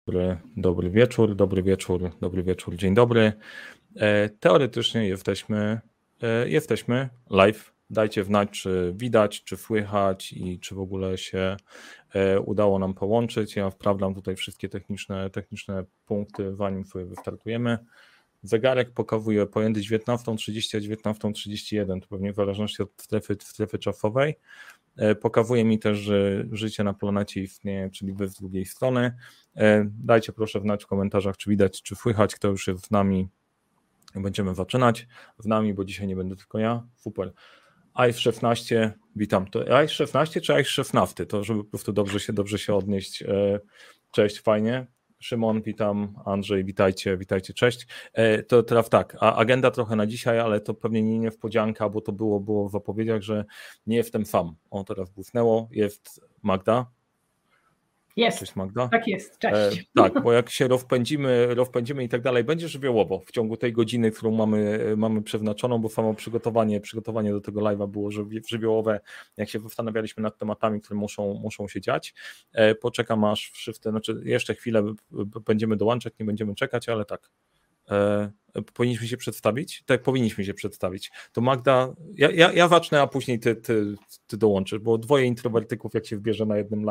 Dobry wieczór, dzień dobry. Teoretycznie jesteśmy live. Dajcie znać, czy widać, czy słychać i czy w ogóle się udało nam połączyć. Ja wprawdzam tutaj wszystkie techniczne punkty, zanim sobie wystartujemy. Zegarek pokazuje pomiędzy 19:30 a 19:31, to pewnie w zależności od strefy czasowej. Pokazuje mi też, że życie na planecie istnieje, czyli wy z drugiej strony. Dajcie proszę znać w komentarzach, czy widać, czy słychać, kto już jest z nami. Będziemy zaczynać z nami, bo dzisiaj nie będę tylko ja. Super. ice 16, witam. To ice 16 czy ice 16? To żeby po prostu dobrze się odnieść. Cześć, fajnie. Szymon, witam. Andrzej, witajcie, cześć. To teraz tak, a agenda trochę na dzisiaj, ale to pewnie nie niespodzianka, bo to było w zapowiedziach, że nie jestem sam. O, teraz błysnęło. Jest Magda. Jest. Cześć Magda. Tak jest, cześć. Tak, bo jak się rozpędzimy i tak dalej, będzie żywiołowo w ciągu tej godziny, którą mamy przeznaczoną, bo samo przygotowanie do tego live'a było żywiołowe, jak się zastanawialiśmy nad tematami, które muszą się dziać. Poczekam aż wszyscy, jeszcze chwilę będziemy dołączać, nie będziemy czekać, ale tak. Powinniśmy się przedstawić? Tak, powinniśmy się przedstawić. To Magda, ja zacznę, a później ty dołączysz, bo dwoje introwertyków, jak się wbierze na jednym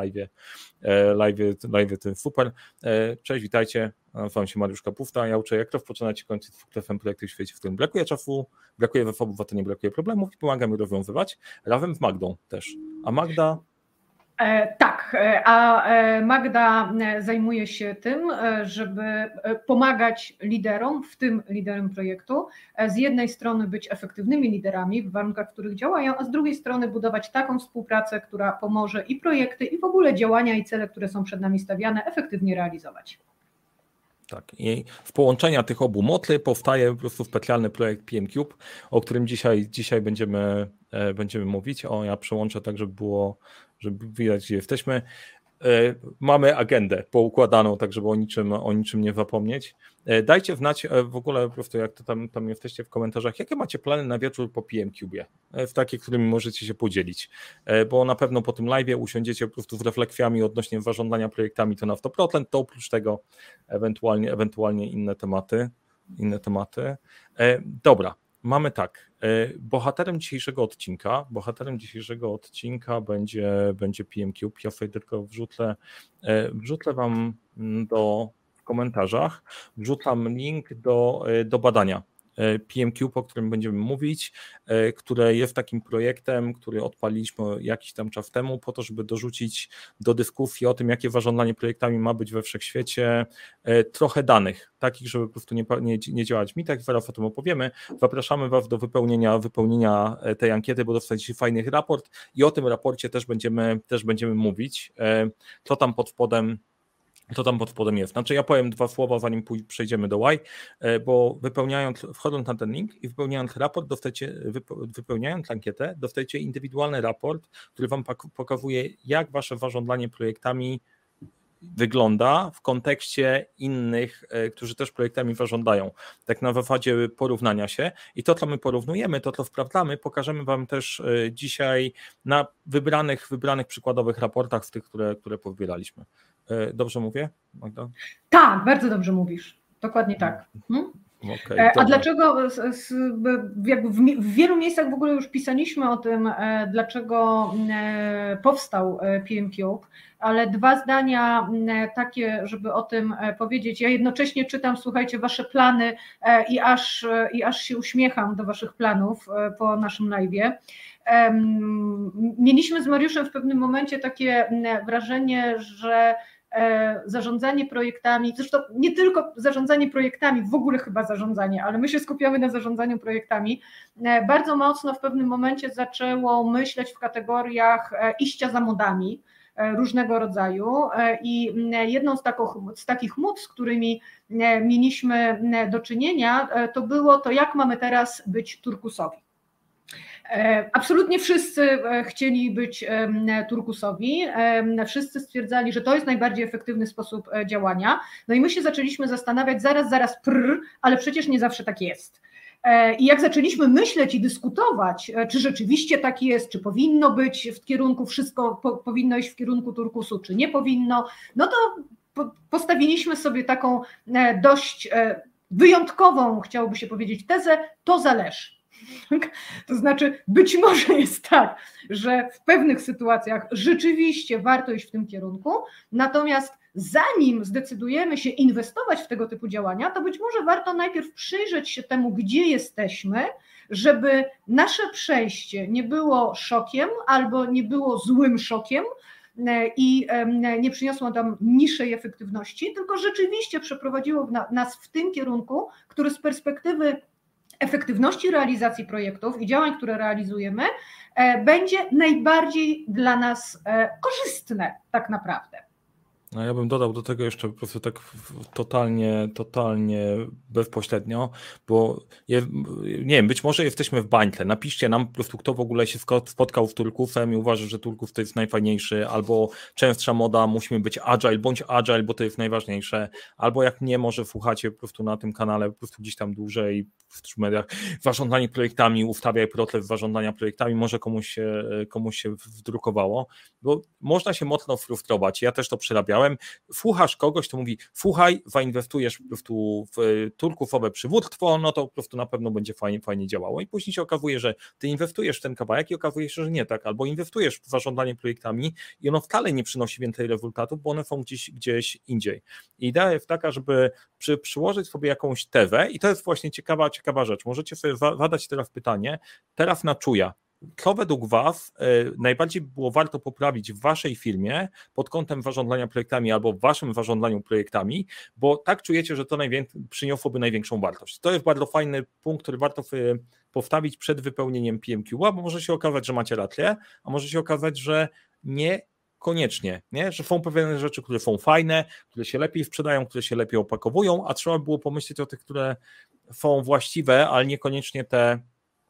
live'ie, to super. Cześć, witajcie, nazywam się Mariusz Kapufta, ja uczę, jak rozpoczynać i kończyć sukcesem projekty w świecie, w którym brakuje czasu, brakuje zasobów, a to nie brakuje problemów i pomagam je rozwiązywać, razem z Magdą też. A Magda... Tak, a Magda zajmuje się tym, żeby pomagać liderom, w tym liderom projektu, z jednej strony być efektywnymi liderami w warunkach, w których działają, a z drugiej strony budować taką współpracę, która pomoże i projekty, i w ogóle działania i cele, które są przed nami stawiane, efektywnie realizować. Tak, i w połączenia tych obu motli powstaje po prostu specjalny projekt PM Cube, o którym dzisiaj będziemy mówić. Ja przełączę tak, żeby widać, gdzie jesteśmy. Mamy agendę poukładaną, tak żeby o niczym nie zapomnieć. Dajcie znać w ogóle po prostu, jak to tam jesteście w komentarzach, jakie macie plany na wieczór po PM Cube, w takie, którymi możecie się podzielić, bo na pewno po tym live'ie usiądziecie po prostu z refleksjami odnośnie zarządzania projektami, to na 100%, to oprócz tego ewentualnie inne tematy. Dobra. Mamy tak, bohaterem dzisiejszego odcinka będzie PM Cube. Ja sobie tylko wrzucę wam w komentarzach, wrzucam link do badania PM Cube, o którym będziemy mówić, które jest takim projektem, który odpaliliśmy jakiś tam czas temu po to, żeby dorzucić do dyskusji o tym, jakie zarządzanie projektami ma być we wszechświecie, trochę danych, takich, żeby po prostu nie działać mitach, zaraz o tym opowiemy. Zapraszamy was do wypełnienia tej ankiety, bo dostaniecie fajny raport i o tym raporcie też będziemy mówić. Co tam pod spodem jest. Znaczy ja powiem dwa słowa, zanim przejdziemy do why, bo wchodząc na ten link i wypełniając raport, wypełniając ankietę, dostajecie indywidualny raport, który wam pokazuje, jak wasze zarządzanie projektami wygląda w kontekście innych, którzy też projektami zarządzają. Tak na zasadzie porównania się i to, co my porównujemy, to, co sprawdzamy, pokażemy wam też dzisiaj na wybranych przykładowych raportach z tych, które powybieraliśmy. Dobrze mówię, Magda? Tak, bardzo dobrze mówisz. Dokładnie tak. Okay, a dlaczego, jakby w wielu miejscach w ogóle już pisaliśmy o tym, dlaczego powstał PM Cube, ale dwa zdania takie, żeby o tym powiedzieć. Ja jednocześnie czytam, słuchajcie, wasze plany i aż się uśmiecham do waszych planów po naszym live'ie. Mieliśmy z Mariuszem w pewnym momencie takie wrażenie, że zarządzanie projektami, zresztą nie tylko zarządzanie projektami, w ogóle chyba zarządzanie, ale my się skupiamy na zarządzaniu projektami, bardzo mocno w pewnym momencie zaczęło myśleć w kategoriach iścia za modami różnego rodzaju i jedną z takich mód, z którymi mieliśmy do czynienia, to było to, jak mamy teraz być turkusowi. Absolutnie wszyscy chcieli być turkusowi, wszyscy stwierdzali, że to jest najbardziej efektywny sposób działania, no i my się zaczęliśmy zastanawiać, zaraz, ale przecież nie zawsze tak jest. I jak zaczęliśmy myśleć i dyskutować, czy rzeczywiście tak jest, czy powinno być w kierunku, wszystko powinno iść w kierunku turkusu, czy nie powinno, no to postawiliśmy sobie taką dość wyjątkową, chciałoby się powiedzieć, tezę, to zależy. To znaczy, być może jest tak, że w pewnych sytuacjach rzeczywiście warto iść w tym kierunku, natomiast zanim zdecydujemy się inwestować w tego typu działania, to być może warto najpierw przyjrzeć się temu, gdzie jesteśmy, żeby nasze przejście nie było szokiem albo nie było złym szokiem i nie przyniosło nam niższej efektywności, tylko rzeczywiście przeprowadziło nas w tym kierunku, który z perspektywy efektywności realizacji projektów i działań, które realizujemy, będzie najbardziej dla nas korzystne tak naprawdę. No ja bym dodał do tego jeszcze po prostu tak totalnie bezpośrednio, bo nie wiem, być może jesteśmy w bańce. Napiszcie nam po prostu, kto w ogóle się spotkał w Turkusem i uważa, że Turkus to jest najfajniejszy, albo częstsza moda, musimy być agile, bądź agile, bo to jest najważniejsze, albo jak nie, może słuchacie po prostu na tym kanale po prostu gdzieś tam dłużej w mediach, zarządzanie projektami, ustawiaj proces zarządzania projektami, może komuś się wdrukowało, bo można się mocno frustrować, ja też to przerabiałem. Słuchasz kogoś, to mówi, słuchaj, zainwestujesz po prostu w turkusowe przywództwo, no to po prostu na pewno będzie fajnie działało i później się okazuje, że ty inwestujesz w ten kawałek i okazuje się, że nie tak, albo inwestujesz w zarządzanie projektami i ono wcale nie przynosi więcej rezultatów, bo one są gdzieś indziej. I idea jest taka, żeby przyłożyć sobie jakąś tezę i to jest właśnie ciekawa rzecz. Możecie sobie zadać teraz pytanie, teraz na czuja. Co według Was najbardziej było warto poprawić w Waszej firmie pod kątem zarządzania projektami albo w Waszym zarządzaniu projektami, bo tak czujecie, że to przyniosłoby największą wartość. To jest bardzo fajny punkt, który warto postawić przed wypełnieniem PMQ-a, bo może się okazać, że macie rację, a może się okazać, że nie koniecznie, nie? Że są pewne rzeczy, które są fajne, które się lepiej sprzedają, które się lepiej opakowują, a trzeba było pomyśleć o tych, które są właściwe, ale niekoniecznie te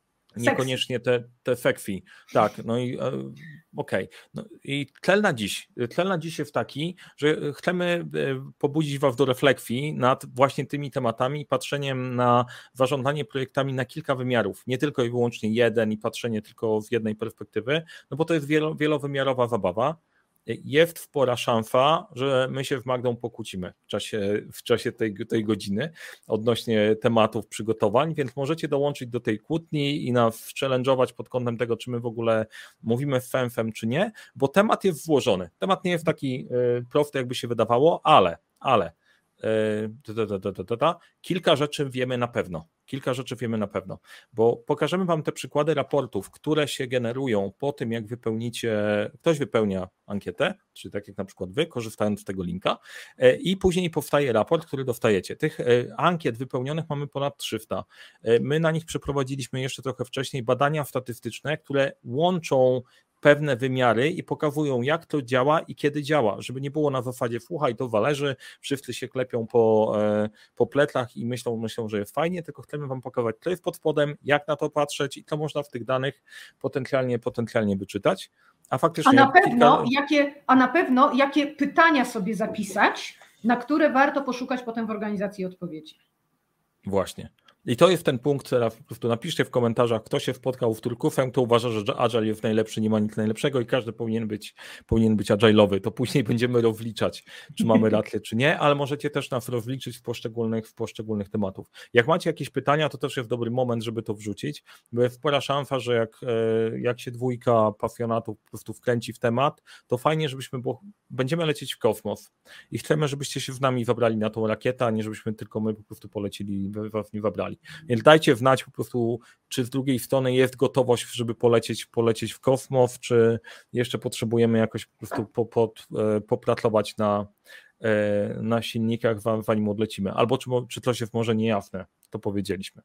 sexy. Tak, no i okej. No i cel na dziś jest taki, że chcemy pobudzić Was do refleksji nad właśnie tymi tematami i patrzeniem na zarządzanie projektami na kilka wymiarów, nie tylko i wyłącznie jeden i patrzenie tylko z jednej perspektywy, no bo to jest wielowymiarowa zabawa. Jest spora szansa, że my się z Magdą pokłócimy w czasie tej godziny odnośnie tematów przygotowań, więc możecie dołączyć do tej kłótni i nas challenge'ować pod kątem tego, czy my w ogóle mówimy z sensem, czy nie, bo temat jest złożony. Temat nie jest taki prosty, jakby się wydawało, ale kilka rzeczy wiemy na pewno, bo pokażemy Wam te przykłady raportów, które się generują po tym, jak ktoś wypełnia ankietę, czyli tak jak na przykład Wy, korzystając z tego linka i później powstaje raport, który dostajecie. Tych ankiet wypełnionych mamy ponad 300. My na nich przeprowadziliśmy jeszcze trochę wcześniej badania statystyczne, które łączą pewne wymiary i pokazują, jak to działa i kiedy działa, żeby nie było na zasadzie słuchaj, to zależy, wszyscy się klepią po plecach i myślą, że jest fajnie, tylko chcemy Wam pokazać, co jest pod spodem, jak na to patrzeć i co można w tych danych potencjalnie wyczytać. A na pewno jakie pytania sobie zapisać, na które warto poszukać potem w organizacji odpowiedzi. Właśnie. I to jest ten punkt, teraz po prostu napiszcie w komentarzach, kto się spotkał z Turkusem, kto uważa, że Agile jest najlepszy, nie ma nic najlepszego i każdy powinien być agile'owy. To później będziemy rozliczać, czy mamy rację, czy nie, ale możecie też nas rozliczyć w poszczególnych tematów. Jak macie jakieś pytania, to też jest dobry moment, żeby to wrzucić, bo jest spora szansa, że jak się dwójka pasjonatów po prostu wkręci w temat, to fajnie, bo będziemy lecieć w kosmos i chcemy, żebyście się z nami zabrali na tą rakietę, a nie żebyśmy tylko my po prostu polecili i was nie zabrali. Więc dajcie znać po prostu, czy z drugiej strony jest gotowość, żeby polecieć w kosmos, czy jeszcze potrzebujemy jakoś po prostu popracować na silnikach, zanim odlecimy. Albo czy coś jest może niejasne, to powiedzieliśmy.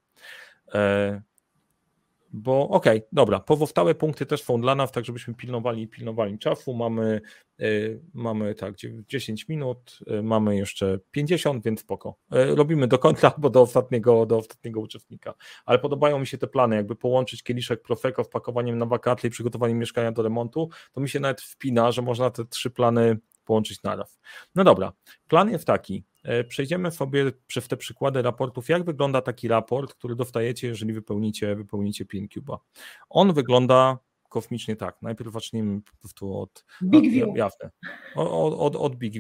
Bo okej, dobra, pozostałe punkty też są dla nas, tak żebyśmy pilnowali czasu. Mamy tak 10 minut, mamy jeszcze 50, więc spoko. Robimy do końca albo do ostatniego uczestnika. Ale podobają mi się te plany, jakby połączyć kieliszek Prosecco z pakowaniem na wakacje i przygotowaniem mieszkania do remontu, to mi się nawet wpina, że można te 3 plany połączyć naraz. No dobra, plan jest taki. Przejdziemy sobie przez te przykłady raportów, jak wygląda taki raport, który dostajecie, jeżeli wypełnicie PMQ-a. On wygląda kosmicznie tak. Najpierw zacznijmy po prostu od Big View. Jasne. Od Big View.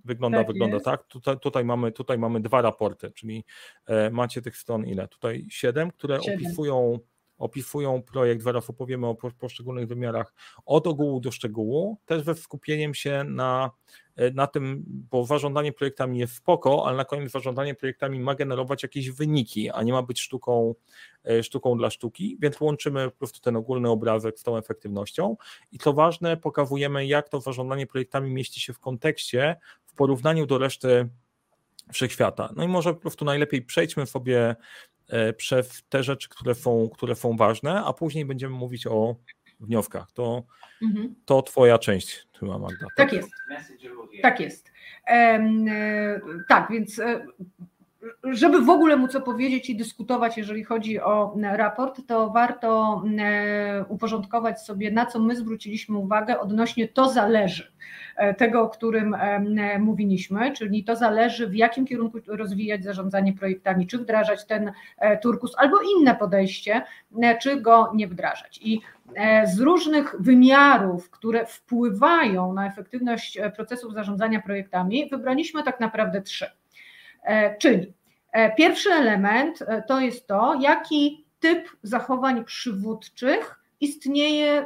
Wygląda jest. tak. Tutaj mamy 2 raporty, czyli macie tych stron ile? Tutaj 7, które 7. opisują projekt, zaraz opowiemy o poszczególnych wymiarach od ogółu do szczegółu, też ze skupieniem się na tym, bo zarządzanie projektami jest spoko, ale na koniec zarządzanie projektami ma generować jakieś wyniki, a nie ma być sztuką dla sztuki, więc łączymy po prostu ten ogólny obrazek z tą efektywnością i co ważne, pokazujemy, jak to zarządzanie projektami mieści się w kontekście, w porównaniu do reszty wszechświata. No i może po prostu najlepiej przejdźmy sobie przez te rzeczy, które są ważne, a później będziemy mówić o wnioskach. To twoja część, chyba, Magda. Tak jest. Tak jest. Tak, więc żeby w ogóle móc opowiedzieć i dyskutować, jeżeli chodzi o raport, to warto uporządkować sobie, na co my zwróciliśmy uwagę odnośnie to zależy tego, o którym mówiliśmy, czyli to zależy, w jakim kierunku rozwijać zarządzanie projektami, czy wdrażać ten turkus albo inne podejście, czy go nie wdrażać. I z różnych wymiarów, które wpływają na efektywność procesów zarządzania projektami, wybraliśmy tak naprawdę 3. Czyli pierwszy element to jest to, jaki typ zachowań przywódczych istnieje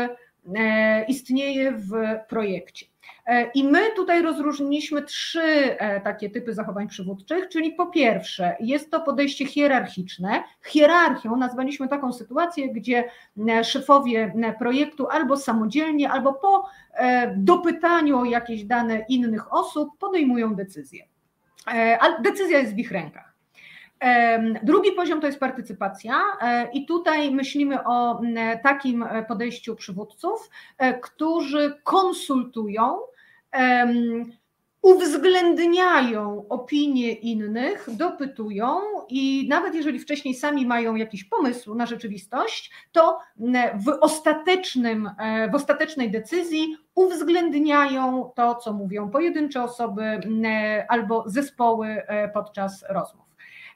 w projekcie. I my tutaj rozróżniliśmy 3 takie typy zachowań przywódczych, czyli po pierwsze jest to podejście hierarchiczne. Hierarchią nazwaliśmy taką sytuację, gdzie szefowie projektu albo samodzielnie, albo po dopytaniu o jakieś dane innych osób podejmują decyzje. A decyzja jest w ich rękach. Drugi poziom to jest partycypacja i tutaj myślimy o takim podejściu przywódców, którzy konsultują, uwzględniają opinie innych, dopytują i nawet jeżeli wcześniej sami mają jakiś pomysł na rzeczywistość, to w ostatecznej decyzji uwzględniają to, co mówią pojedyncze osoby albo zespoły podczas rozmów.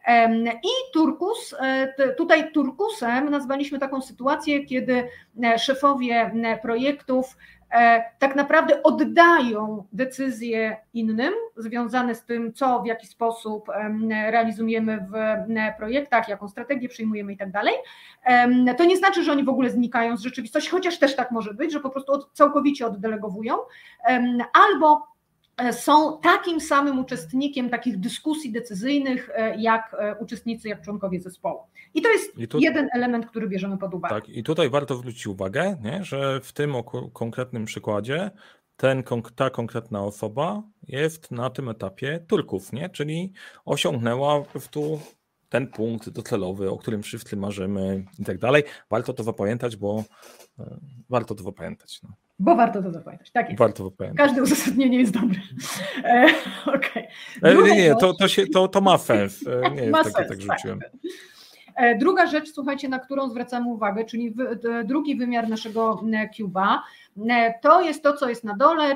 I turkus, tutaj turkusem nazwaliśmy taką sytuację, kiedy szefowie projektów tak naprawdę oddają decyzje innym związane z tym, co w jaki sposób realizujemy w projektach, jaką strategię przyjmujemy i tak dalej. To nie znaczy, że oni w ogóle znikają z rzeczywistości, chociaż też tak może być, że po prostu całkowicie oddelegowują, albo są takim samym uczestnikiem takich dyskusji decyzyjnych, jak uczestnicy, jak członkowie zespołu. I to jest jeden element, który bierzemy pod uwagę. Tak, i tutaj warto zwrócić uwagę, nie, że w tym konkretnym przykładzie ta konkretna osoba jest na tym etapie turków, nie? Czyli osiągnęła po prostu ten punkt docelowy, o którym wszyscy marzymy i tak dalej. Warto to zapamiętać, bo warto to zapamiętać. No. Bo warto to zapamiętać, tak jest. Warto zapamiętać. Każde uzasadnienie jest dobre. Okay. Nie, to ma sens. Nie jest takie, tak rzuciłem. Tak. Druga rzecz, słuchajcie, na którą zwracamy uwagę, czyli drugi wymiar naszego cuba, to jest to, co jest na dole,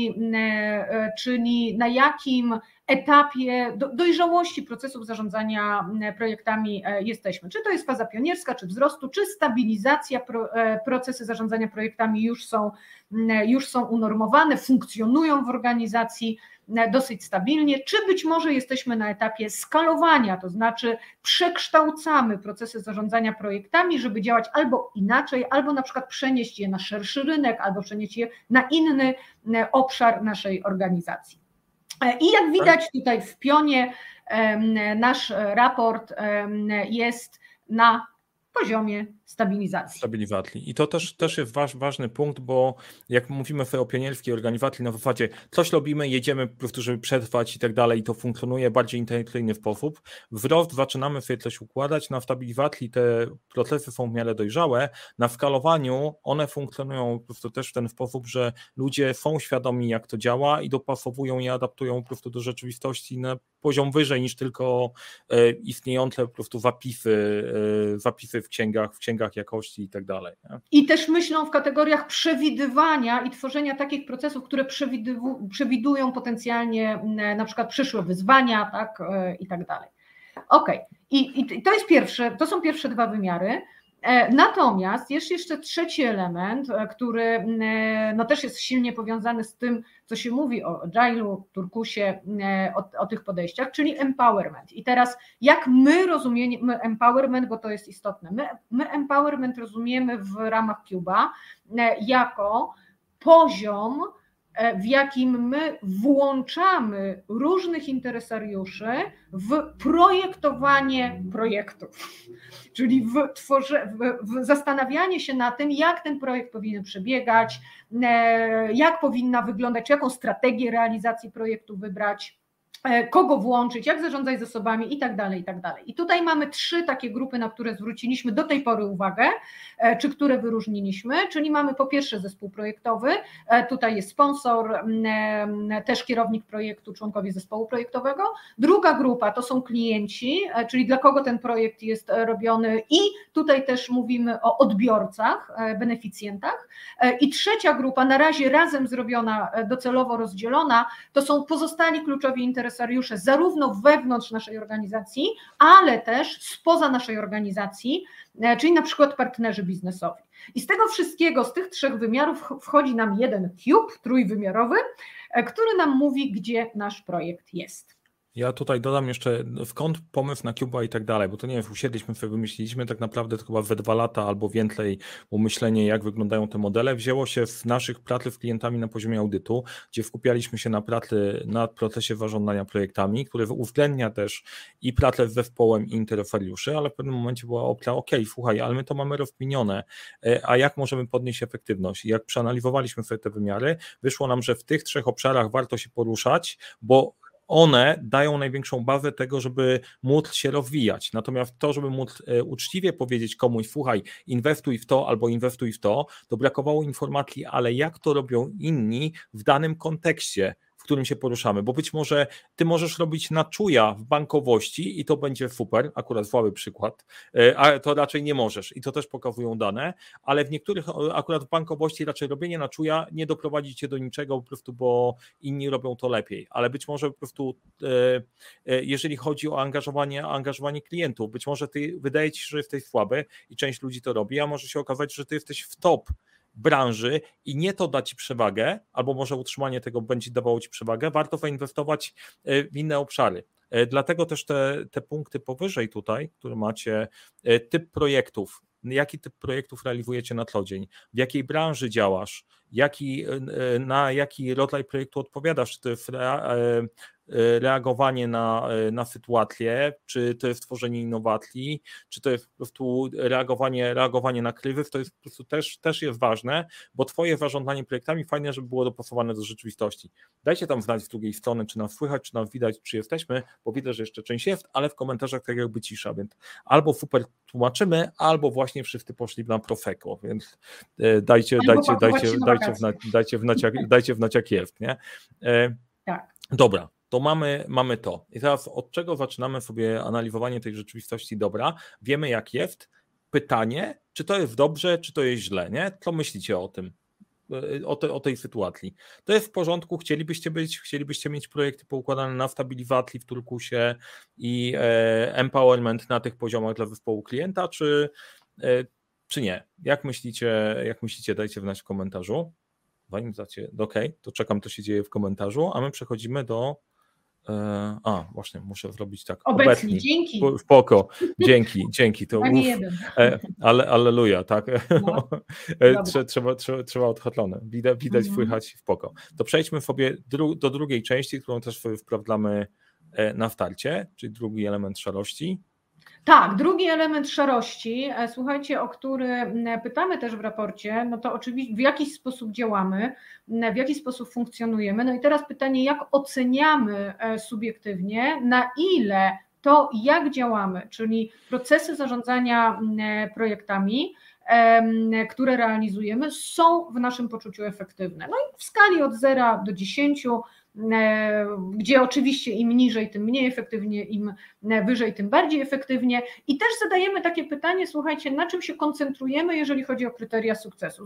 czyli na jakim etapie dojrzałości procesów zarządzania projektami jesteśmy. Czy to jest faza pionierska, czy wzrostu, czy stabilizacja, procesy zarządzania projektami już są unormowane, funkcjonują w organizacji dosyć stabilnie, czy być może jesteśmy na etapie skalowania, to znaczy przekształcamy procesy zarządzania projektami, żeby działać albo inaczej, albo na przykład przenieść je na szerszy rynek, albo przenieść je na inny obszar naszej organizacji. I jak widać tutaj w pionie, nasz raport jest na poziomie stabilizacji. I to też jest ważny punkt, bo jak mówimy sobie o pionierskiej organizacji, na zasadzie coś robimy, jedziemy po prostu, żeby przetrwać i tak dalej, i to funkcjonuje bardziej intuicyjny sposób. Wzrost zaczynamy sobie coś układać, na stabilizacji te procesy są w miarę dojrzałe, na skalowaniu one funkcjonują po prostu też w ten sposób, że ludzie są świadomi, jak to działa i dopasowują i adaptują po prostu do rzeczywistości na poziom wyżej niż tylko istniejące po prostu zapisy w księgach jakości i tak dalej. I też myślą w kategoriach przewidywania i tworzenia takich procesów, które przewidują potencjalnie na przykład przyszłe wyzwania, tak, i tak dalej. Okej. I to są pierwsze 2 wymiary. Natomiast jest jeszcze trzeci element, który no też jest silnie powiązany z tym, co się mówi o Agile'u, Turkusie, o tych podejściach, czyli empowerment. I teraz jak my rozumiemy empowerment, bo to jest istotne, my empowerment rozumiemy w ramach Cube'a jako poziom, w jakim my włączamy różnych interesariuszy w projektowanie projektów, czyli w zastanawianie się na tym, jak ten projekt powinien przebiegać, jak powinna wyglądać, jaką strategię realizacji projektu wybrać, kogo włączyć, jak zarządzać zasobami i tak dalej, i tak dalej. I tutaj mamy 3 takie grupy, na które zwróciliśmy do tej pory uwagę, czy które wyróżniliśmy, czyli mamy po pierwsze zespół projektowy, tutaj jest sponsor, też kierownik projektu, członkowie zespołu projektowego. Druga grupa to są klienci, czyli dla kogo ten projekt jest robiony i tutaj też mówimy o odbiorcach, beneficjentach. I trzecia grupa, na razie razem zrobiona, docelowo rozdzielona, to są pozostali kluczowi interesariusze, zarówno wewnątrz naszej organizacji, ale też spoza naszej organizacji, czyli na przykład partnerzy biznesowi. I z tego wszystkiego, z tych 3 wymiarów wchodzi nam jeden cube trójwymiarowy, który nam mówi, gdzie nasz projekt jest. Ja tutaj dodam jeszcze, skąd pomysł na Cube'a i tak dalej, bo to nie wiem, usiedliśmy sobie, wymyśliliśmy tak naprawdę to chyba we 2 lata albo więcej, bo myślenie, jak wyglądają te modele, wzięło się w naszych pracy z klientami na poziomie audytu, gdzie skupialiśmy się na pracy nad procesie zarządzania projektami, który uwzględnia też i pracę z zespołem i interesariuszy, ale w pewnym momencie była opcja, słuchaj, ale my to mamy rozkminione, a jak możemy podnieść efektywność? I jak przeanalizowaliśmy sobie te wymiary, wyszło nam, że w tych 3 obszarach warto się poruszać, bo one dają największą bazę tego, żeby móc się rozwijać. Natomiast to, żeby móc uczciwie powiedzieć komuś, słuchaj, inwestuj w to albo inwestuj w to brakowało informacji, ale jak to robią inni w danym kontekście, w którym się poruszamy, bo być może ty możesz robić na czuja w bankowości i to będzie super, akurat słaby przykład, a to raczej nie możesz i to też pokazują dane, ale w niektórych, akurat w bankowości raczej robienie na czuja nie doprowadzi cię do niczego po prostu, bo inni robią to lepiej, ale być może po prostu jeżeli chodzi o angażowanie klientów, być może ty wydaje ci się, że jesteś słaby i część ludzi to robi, a może się okazać, że ty jesteś w top branży i nie to da ci przewagę, albo może utrzymanie tego będzie dawało ci przewagę, warto zainwestować w inne obszary. Dlatego też te punkty powyżej tutaj, które macie, typ projektów, jaki typ projektów realizujecie na co dzień, w jakiej branży działasz, na jaki rodzaj projektu odpowiadasz, czy to jest reagowanie na sytuację, czy to jest tworzenie innowacji, czy to jest po prostu reagowanie na kryzys, to jest po prostu też jest ważne, bo twoje zarządzanie projektami fajnie, żeby było dopasowane do rzeczywistości. Dajcie tam znać z drugiej strony, czy nas słychać, czy nas widać, czy jesteśmy, bo widzę, że jeszcze część jest, ale w komentarzach tak jakby cisza, więc albo super tłumaczymy, albo właśnie wszyscy poszli na Profeco, więc dajcie znać jak jest, nie? Tak. Dobra, to mamy to. I teraz od czego zaczynamy sobie analizowanie tej rzeczywistości dobra? Wiemy jak jest. Pytanie, czy to jest dobrze, czy to jest źle, nie? Co myślicie o tym? O tej sytuacji. To jest w porządku, chcielibyście mieć projekty poukładane na stabilizacji w Turkusie i empowerment na tych poziomach dla zespołu klienta, czy nie? Jak myślicie, dajcie znać w komentarzu. Zanim okej, to czekam, to się dzieje w komentarzu, a my przechodzimy do właśnie, muszę zrobić tak. Obecnie, dzięki. Spoko, dzięki. To alleluja, tak? No, trzeba odhatlone. Widać, słychać, spoko. To przejdźmy sobie do drugiej części, którą też sprawdzamy na starcie, czyli drugi element szarości. Tak, drugi element szarości, słuchajcie, o który pytamy też w raporcie, no to oczywiście w jaki sposób działamy, w jaki sposób funkcjonujemy. No i teraz pytanie, jak oceniamy subiektywnie, na ile to, jak działamy, czyli procesy zarządzania projektami, które realizujemy, są w naszym poczuciu efektywne. No i w skali od 0 do 10, gdzie oczywiście im niżej, tym mniej efektywnie, im wyżej, tym bardziej efektywnie. I też zadajemy takie pytanie, słuchajcie, na czym się koncentrujemy, jeżeli chodzi o kryteria sukcesu.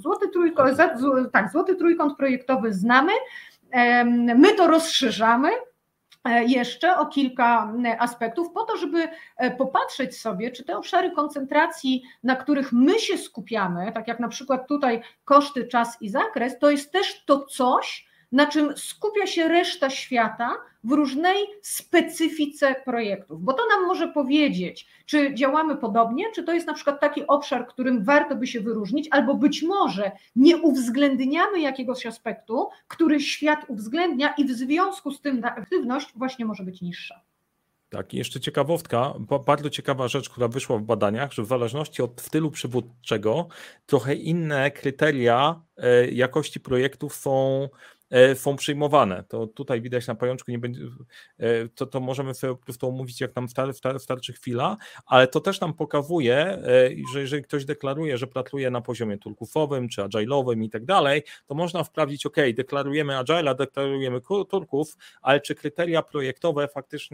Złoty trójkąt projektowy znamy, my to rozszerzamy. jeszcze o kilka aspektów po to, żeby popatrzeć sobie, czy te obszary koncentracji, na których my się skupiamy, tak jak na przykład tutaj koszty, czas i zakres, to jest też to coś, na czym skupia się reszta świata w różnej specyfice projektów, bo to nam może powiedzieć, czy działamy podobnie, czy to jest na przykład taki obszar, którym warto by się wyróżnić, albo być może nie uwzględniamy jakiegoś aspektu, który świat uwzględnia i w związku z tym ta aktywność właśnie może być niższa. Tak, i jeszcze ciekawostka, bardzo ciekawa rzecz, która wyszła w badaniach, że w zależności od stylu przywódczego trochę inne kryteria jakości projektów są przyjmowane. To tutaj widać na pajączku, nie będzie, to możemy sobie po prostu omówić, jak nam starczy chwila, ale to też nam pokazuje, że jeżeli ktoś deklaruje, że pracuje na poziomie turkufowym czy agile'owym i tak dalej, to można wprawdzić, ok, deklarujemy agile'a, deklarujemy turków, ale czy kryteria projektowe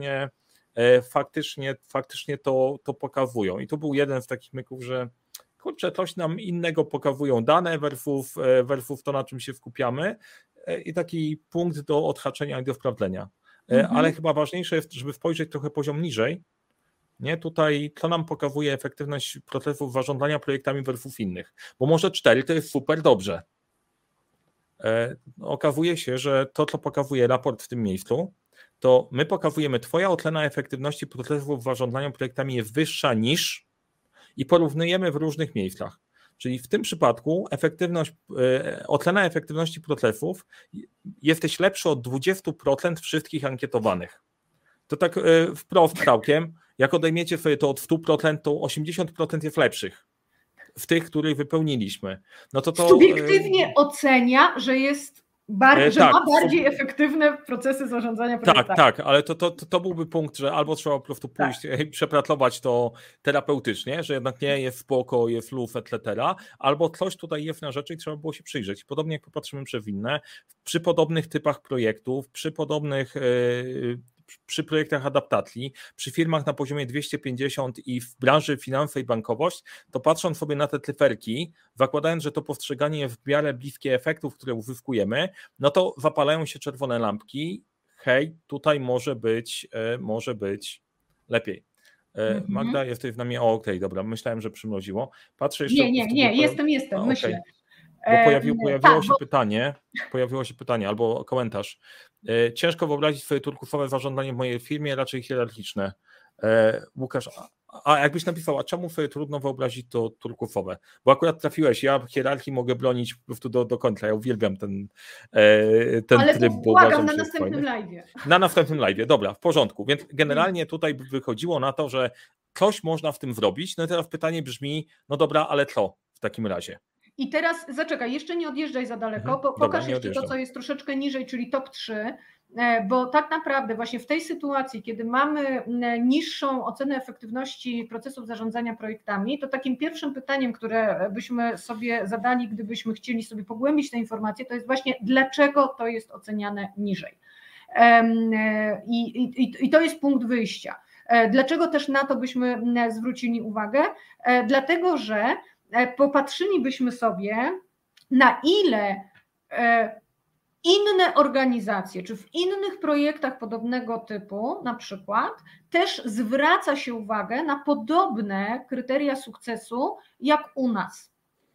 faktycznie to pokazują. I to był jeden z takich myków, że kurczę, coś nam innego pokazują dane versus to, na czym się skupiamy, i taki punkt do odhaczenia i do sprawdzenia. Ale chyba ważniejsze jest, żeby spojrzeć trochę poziom niżej. Nie, tutaj to nam pokazuje efektywność procesów zarządzania projektami versus innych, bo może 4 to jest super dobrze. Okazuje się, że to, co pokazuje raport w tym miejscu, to my pokazujemy, twoja ocena efektywności procesów zarządzania projektami jest wyższa niż, i porównujemy w różnych miejscach. Czyli w tym przypadku ocena efektywności procesów jesteś lepszy od 20% wszystkich ankietowanych. To tak wprost całkiem, jak odejmiecie sobie to od 100%, to 80% jest lepszych w tych, których wypełniliśmy. No to subiektywnie ocenia, że jest ma bardziej efektywne procesy zarządzania projektami. Tak, ale to byłby punkt, że albo trzeba po prostu pójść i przepracować to terapeutycznie, że jednak nie jest spoko, jest luz, etc., albo coś tutaj jest na rzeczy i trzeba było się przyjrzeć. Podobnie jak popatrzymy przewinne, przy podobnych typach projektów, przy projektach adaptacji, przy firmach na poziomie 250 i w branży finanse i bankowość, to patrząc sobie na te cyferki, zakładając, że to postrzeganie jest w miarę bliskie efektów, które uzyskujemy, no to zapalają się czerwone lampki. Hej, tutaj może być lepiej. Magda, jesteś w nami? Okej, dobra, myślałem, że przymroziło. Patrzę jeszcze. Nie, jestem, myślę. Bo pojawiło się pytanie albo komentarz. Ciężko wyobrazić sobie turkusowe zarządzanie w mojej firmie, raczej hierarchiczne. Łukasz, a jakbyś napisał, a czemu sobie trudno wyobrazić to turkusowe? Bo akurat trafiłeś, ja hierarchii mogę bronić po prostu do końca, ja uwielbiam ten ale tryb. Ale błagam na następnym live'ie. Na następnym live'ie, dobra, w porządku. Więc generalnie tutaj by wychodziło na to, że coś można w tym zrobić. No i teraz pytanie brzmi, no dobra, ale co w takim razie? I teraz zaczekaj, jeszcze nie odjeżdżaj za daleko, pokaż jeszcze to, co jest troszeczkę niżej, czyli top 3, bo tak naprawdę właśnie w tej sytuacji, kiedy mamy niższą ocenę efektywności procesów zarządzania projektami, to takim pierwszym pytaniem, które byśmy sobie zadali, gdybyśmy chcieli sobie pogłębić te informacje, to jest właśnie dlaczego to jest oceniane niżej. I to jest punkt wyjścia. Dlaczego też na to byśmy zwrócili uwagę? Dlatego, że popatrzylibyśmy sobie, na ile inne organizacje, czy w innych projektach podobnego typu na przykład, też zwraca się uwagę na podobne kryteria sukcesu jak u nas.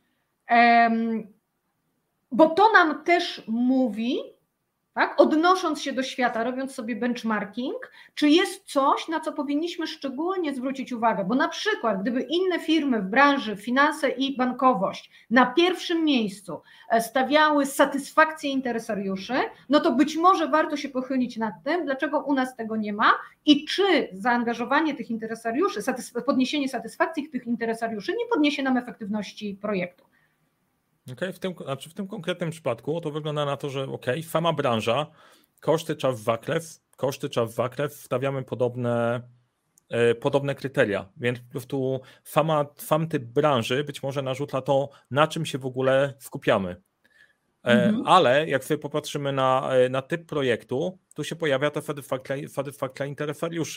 Bo to nam też mówi, tak, odnosząc się do świata, robiąc sobie benchmarking, czy jest coś, na co powinniśmy szczególnie zwrócić uwagę, bo na przykład gdyby inne firmy w branży finanse i bankowość na pierwszym miejscu stawiały satysfakcję interesariuszy, no to być może warto się pochylić nad tym, dlaczego u nas tego nie ma i czy zaangażowanie tych interesariuszy, podniesienie satysfakcji tych interesariuszy nie podniesie nam efektywności projektu. Okej, w tym konkretnym przypadku to wygląda na to, że sama branża, koszty czas zakres, stawiamy podobne kryteria, więc po prostu sam typ branży być może narzuca to, na czym się w ogóle skupiamy. Ale jak sobie popatrzymy na typ projektu, tu się pojawia ta satysfakcja interesariuszy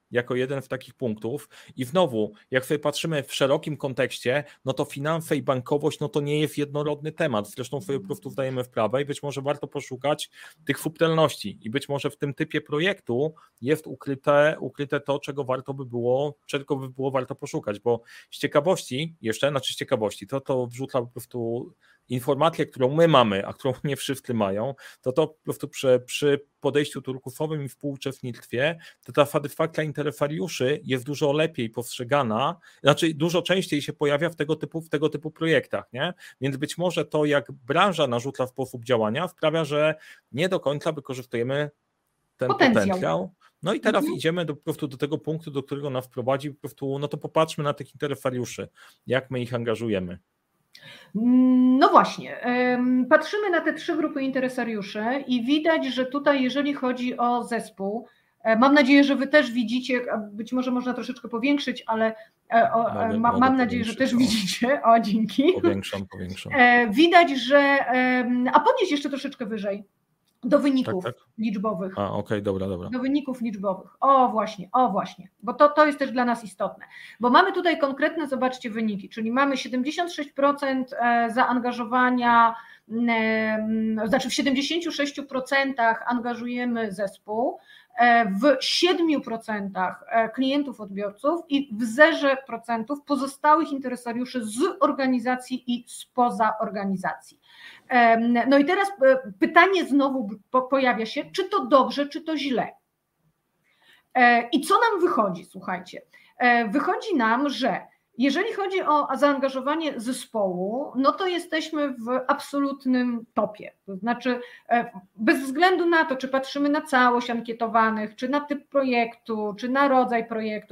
jako jeden z takich punktów i znowu, jak sobie patrzymy w szerokim kontekście, no to finanse i bankowość, no to nie jest jednorodny temat, zresztą sobie po prostu zdajemy wprawę i być może warto poszukać tych subtelności i być może w tym typie projektu jest ukryte to, czego by było warto poszukać, bo z ciekawości, to wrzuca po prostu informację, którą my mamy, a którą nie wszyscy mają, to po prostu przy podejściu turkusowym i współuczestnictwie, to ta satysfakcja interesariuszy jest dużo lepiej postrzegana, znaczy dużo częściej się pojawia w tego typu projektach, nie? Więc być może to, jak branża narzuca sposób działania, sprawia, że nie do końca wykorzystujemy ten potencjał. No i teraz idziemy po prostu do tego punktu, do którego nas prowadzi, po prostu, no to popatrzmy na tych interesariuszy, jak my ich angażujemy. No właśnie, patrzymy na te 3 grupy interesariuszy i widać, że tutaj jeżeli chodzi o zespół, mam nadzieję, że wy też widzicie, być może można troszeczkę powiększyć, ale mam nadzieję, że też widzicie, dzięki. Powiększam. Widać, że, a podnieść jeszcze troszeczkę wyżej, do wyników liczbowych. Okej, dobra. Do wyników liczbowych. O właśnie, bo to jest też dla nas istotne, bo mamy tutaj konkretne, zobaczcie, wyniki, czyli mamy 76% zaangażowania, znaczy w 76% angażujemy zespół, w 7% klientów, odbiorców i w 0% pozostałych interesariuszy z organizacji i spoza organizacji. No i teraz pytanie znowu pojawia się, czy to dobrze, czy to źle. I co nam wychodzi, słuchajcie? Wychodzi nam, że jeżeli chodzi o zaangażowanie zespołu, no to jesteśmy w absolutnym topie. To znaczy bez względu na to, czy patrzymy na całość ankietowanych, czy na typ projektu, czy na rodzaj projektu,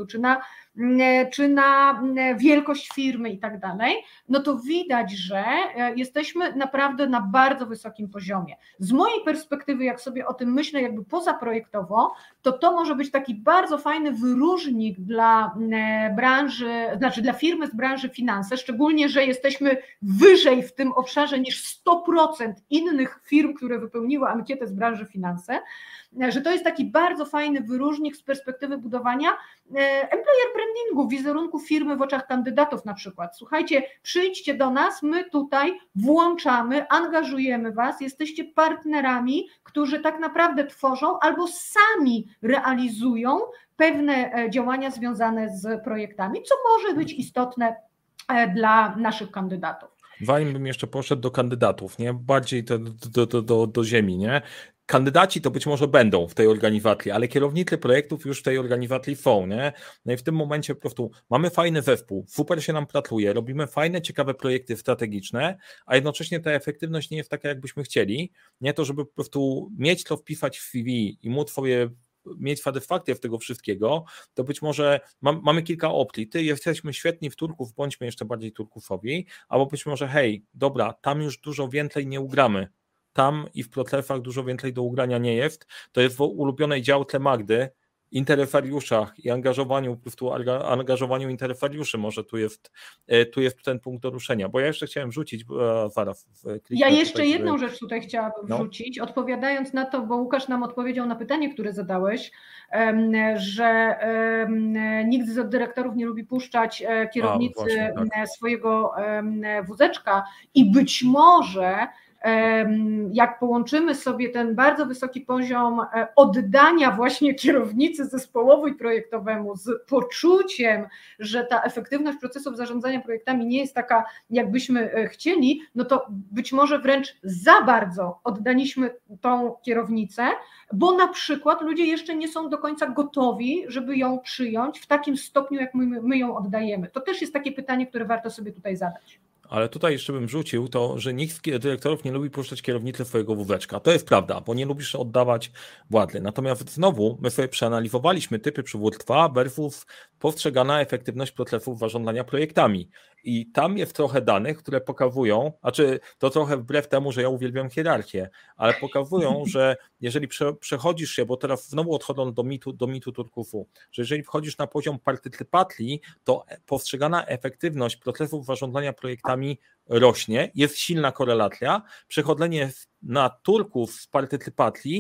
czy na wielkość firmy i tak dalej, no to widać, że jesteśmy naprawdę na bardzo wysokim poziomie. Z mojej perspektywy, jak sobie o tym myślę jakby pozaprojektowo, to może być taki bardzo fajny wyróżnik dla branży, znaczy dla firmy z branży finanse, szczególnie, że jesteśmy wyżej w tym obszarze niż 100% innych firm, które wypełniły ankietę z branży finanse, że to jest taki bardzo fajny wyróżnik z perspektywy budowania employer brandingu, wizerunku firmy w oczach kandydatów na przykład. Słuchajcie, przyjdźcie do nas, my tutaj włączamy, angażujemy was, jesteście partnerami, którzy tak naprawdę tworzą albo sami realizują pewne działania związane z projektami, co może być istotne dla naszych kandydatów. Zanim bym jeszcze poszedł do kandydatów, nie? Bardziej do ziemi, nie? Kandydaci to być może będą w tej organizacji, ale kierownicy projektów już w tej organizacji są, nie? No i w tym momencie po prostu mamy fajny zespół, super się nam pracuje, robimy fajne, ciekawe projekty strategiczne, a jednocześnie ta efektywność nie jest taka, jakbyśmy chcieli, nie? To, żeby po prostu mieć to wpisać w CV i móc sobie mieć satysfakcję z tego wszystkiego, to być może mamy kilka opcji. Jesteśmy świetni w turków, bądźmy jeszcze bardziej turkusowi, albo być może hej, dobra, tam już dużo więcej nie ugramy. Tam i w procesach dużo więcej do ugrania nie jest. To jest w ulubionej działce Magdy, interesariuszach i angażowaniu, po prostu angażowaniu interesariuszy, może tu jest ten punkt do ruszenia, bo ja jeszcze chciałem wrzucić, zaraz. Ja jeszcze jedną rzecz tutaj chciałabym wrzucić, odpowiadając na to, bo Łukasz nam odpowiedział na pytanie, które zadałeś, że nikt z dyrektorów nie lubi puszczać kierownicy swojego wózeczka i być może jak połączymy sobie ten bardzo wysoki poziom oddania właśnie kierownicy zespołowi projektowemu z poczuciem, że ta efektywność procesów zarządzania projektami nie jest taka, jakbyśmy chcieli, no to być może wręcz za bardzo oddaliśmy tą kierownicę, bo na przykład ludzie jeszcze nie są do końca gotowi, żeby ją przyjąć w takim stopniu, jak my ją oddajemy. To też jest takie pytanie, które warto sobie tutaj zadać. Ale tutaj jeszcze bym rzucił to, że nikt z dyrektorów nie lubi puszczać kierownicy swojego wózeczka. To jest prawda, bo nie lubisz oddawać władzy. Natomiast znowu my sobie przeanalizowaliśmy typy przywództwa versus postrzegana efektywność procesów zarządzania projektami. I tam jest trochę danych, które pokazują, to trochę wbrew temu, że ja uwielbiam hierarchię, ale pokazują, że jeżeli przechodzisz się, bo teraz znowu odchodzą do mitu turkusu, że jeżeli wchodzisz na poziom partycypacji, to postrzegana efektywność procesów zarządzania projektami rośnie, jest silna korelacja. Przechodzenie na turków z partycypacji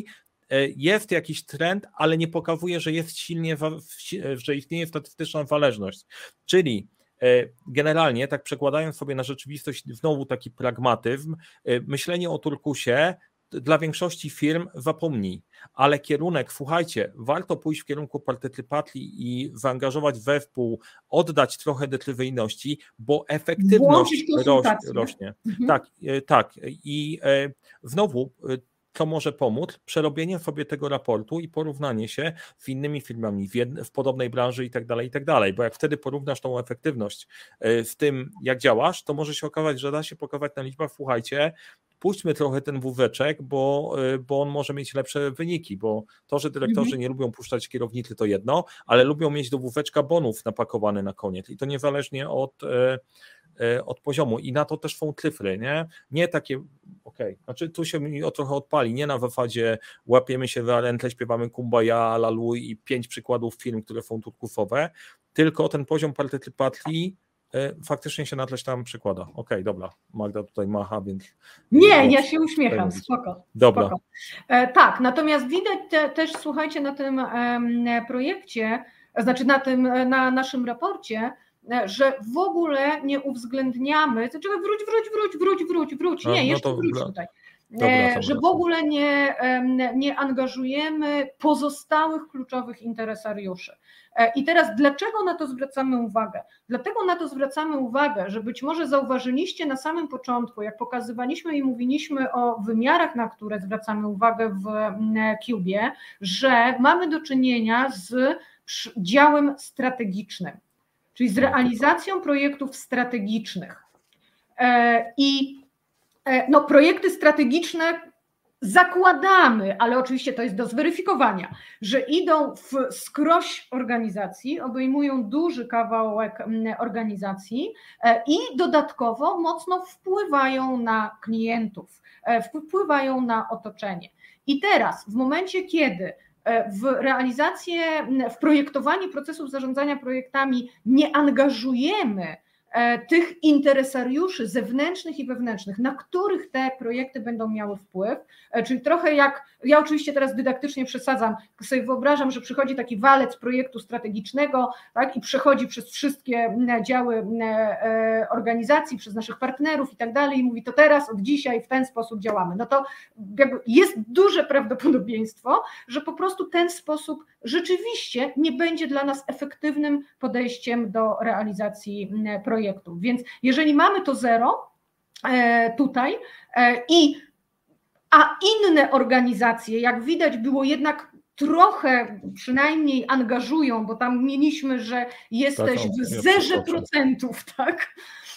jest jakiś trend, ale nie pokazuje, że jest że istnieje statystyczna zależność. Czyli generalnie, tak przekładając sobie na rzeczywistość, znowu taki pragmatyzm, myślenie o turkusie dla większości firm zapomnij, ale kierunek, słuchajcie, warto pójść w kierunku partycypacji i zaangażować zespół, oddać trochę decyzyjności, bo efektywność rośnie. Tak. I znowu co może pomóc? Przerobienie sobie tego raportu i porównanie się z innymi firmami w podobnej branży i tak dalej, bo jak wtedy porównasz tą efektywność z tym, jak działasz, to może się okazać, że da się pokazać na liczbach, słuchajcie, puśćmy trochę ten wóweczek, bo on może mieć lepsze wyniki, bo to, że dyrektorzy nie lubią puszczać kierownicy, to jedno, ale lubią mieć do wóweczka bonus napakowany na koniec i to niezależnie od poziomu i na to też są cyfry, nie takie, znaczy tu się mi trochę odpali, nie na zasadzie łapiemy się za ręce, śpiewamy Kumbaya, Laluj i 5 przykładów firm, które są turkusowe, tylko ten poziom partycypacji faktycznie się na coś tam przykłada. Dobra, Magda tutaj macha, więc... Nie, ja się uśmiecham, spoko. Dobra. Spoko. Tak, natomiast widać też, słuchajcie, na tym projekcie, znaczy na naszym raporcie, że w ogóle nie uwzględniamy, wróć, nie, jeszcze wróć tutaj, że w ogóle nie angażujemy pozostałych kluczowych interesariuszy. I teraz dlaczego na to zwracamy uwagę? Dlatego na to zwracamy uwagę, że być może zauważyliście na samym początku, jak pokazywaliśmy i mówiliśmy o wymiarach, na które zwracamy uwagę w Cubie, że mamy do czynienia z działem strategicznym, czyli z realizacją projektów strategicznych. I projekty strategiczne zakładamy, ale oczywiście to jest do zweryfikowania, że idą wskroś organizacji, obejmują duży kawałek organizacji i dodatkowo mocno wpływają na klientów, wpływają na otoczenie. I teraz w momencie, kiedy w projektowanie procesów zarządzania projektami nie angażujemy tych interesariuszy zewnętrznych i wewnętrznych, na których te projekty będą miały wpływ, czyli trochę jak, ja oczywiście teraz dydaktycznie przesadzam, sobie wyobrażam, że przychodzi taki walec projektu strategicznego, tak, i przechodzi przez wszystkie działy organizacji, przez naszych partnerów i tak dalej i mówi, to teraz od dzisiaj w ten sposób działamy. No to jest duże prawdopodobieństwo, że po prostu ten sposób rzeczywiście nie będzie dla nas efektywnym podejściem do realizacji projektów. Więc jeżeli mamy to zero tutaj, a inne organizacje, jak widać, było jednak trochę przynajmniej angażują, bo tam mieliśmy, że jesteś w zerze procentów, tak?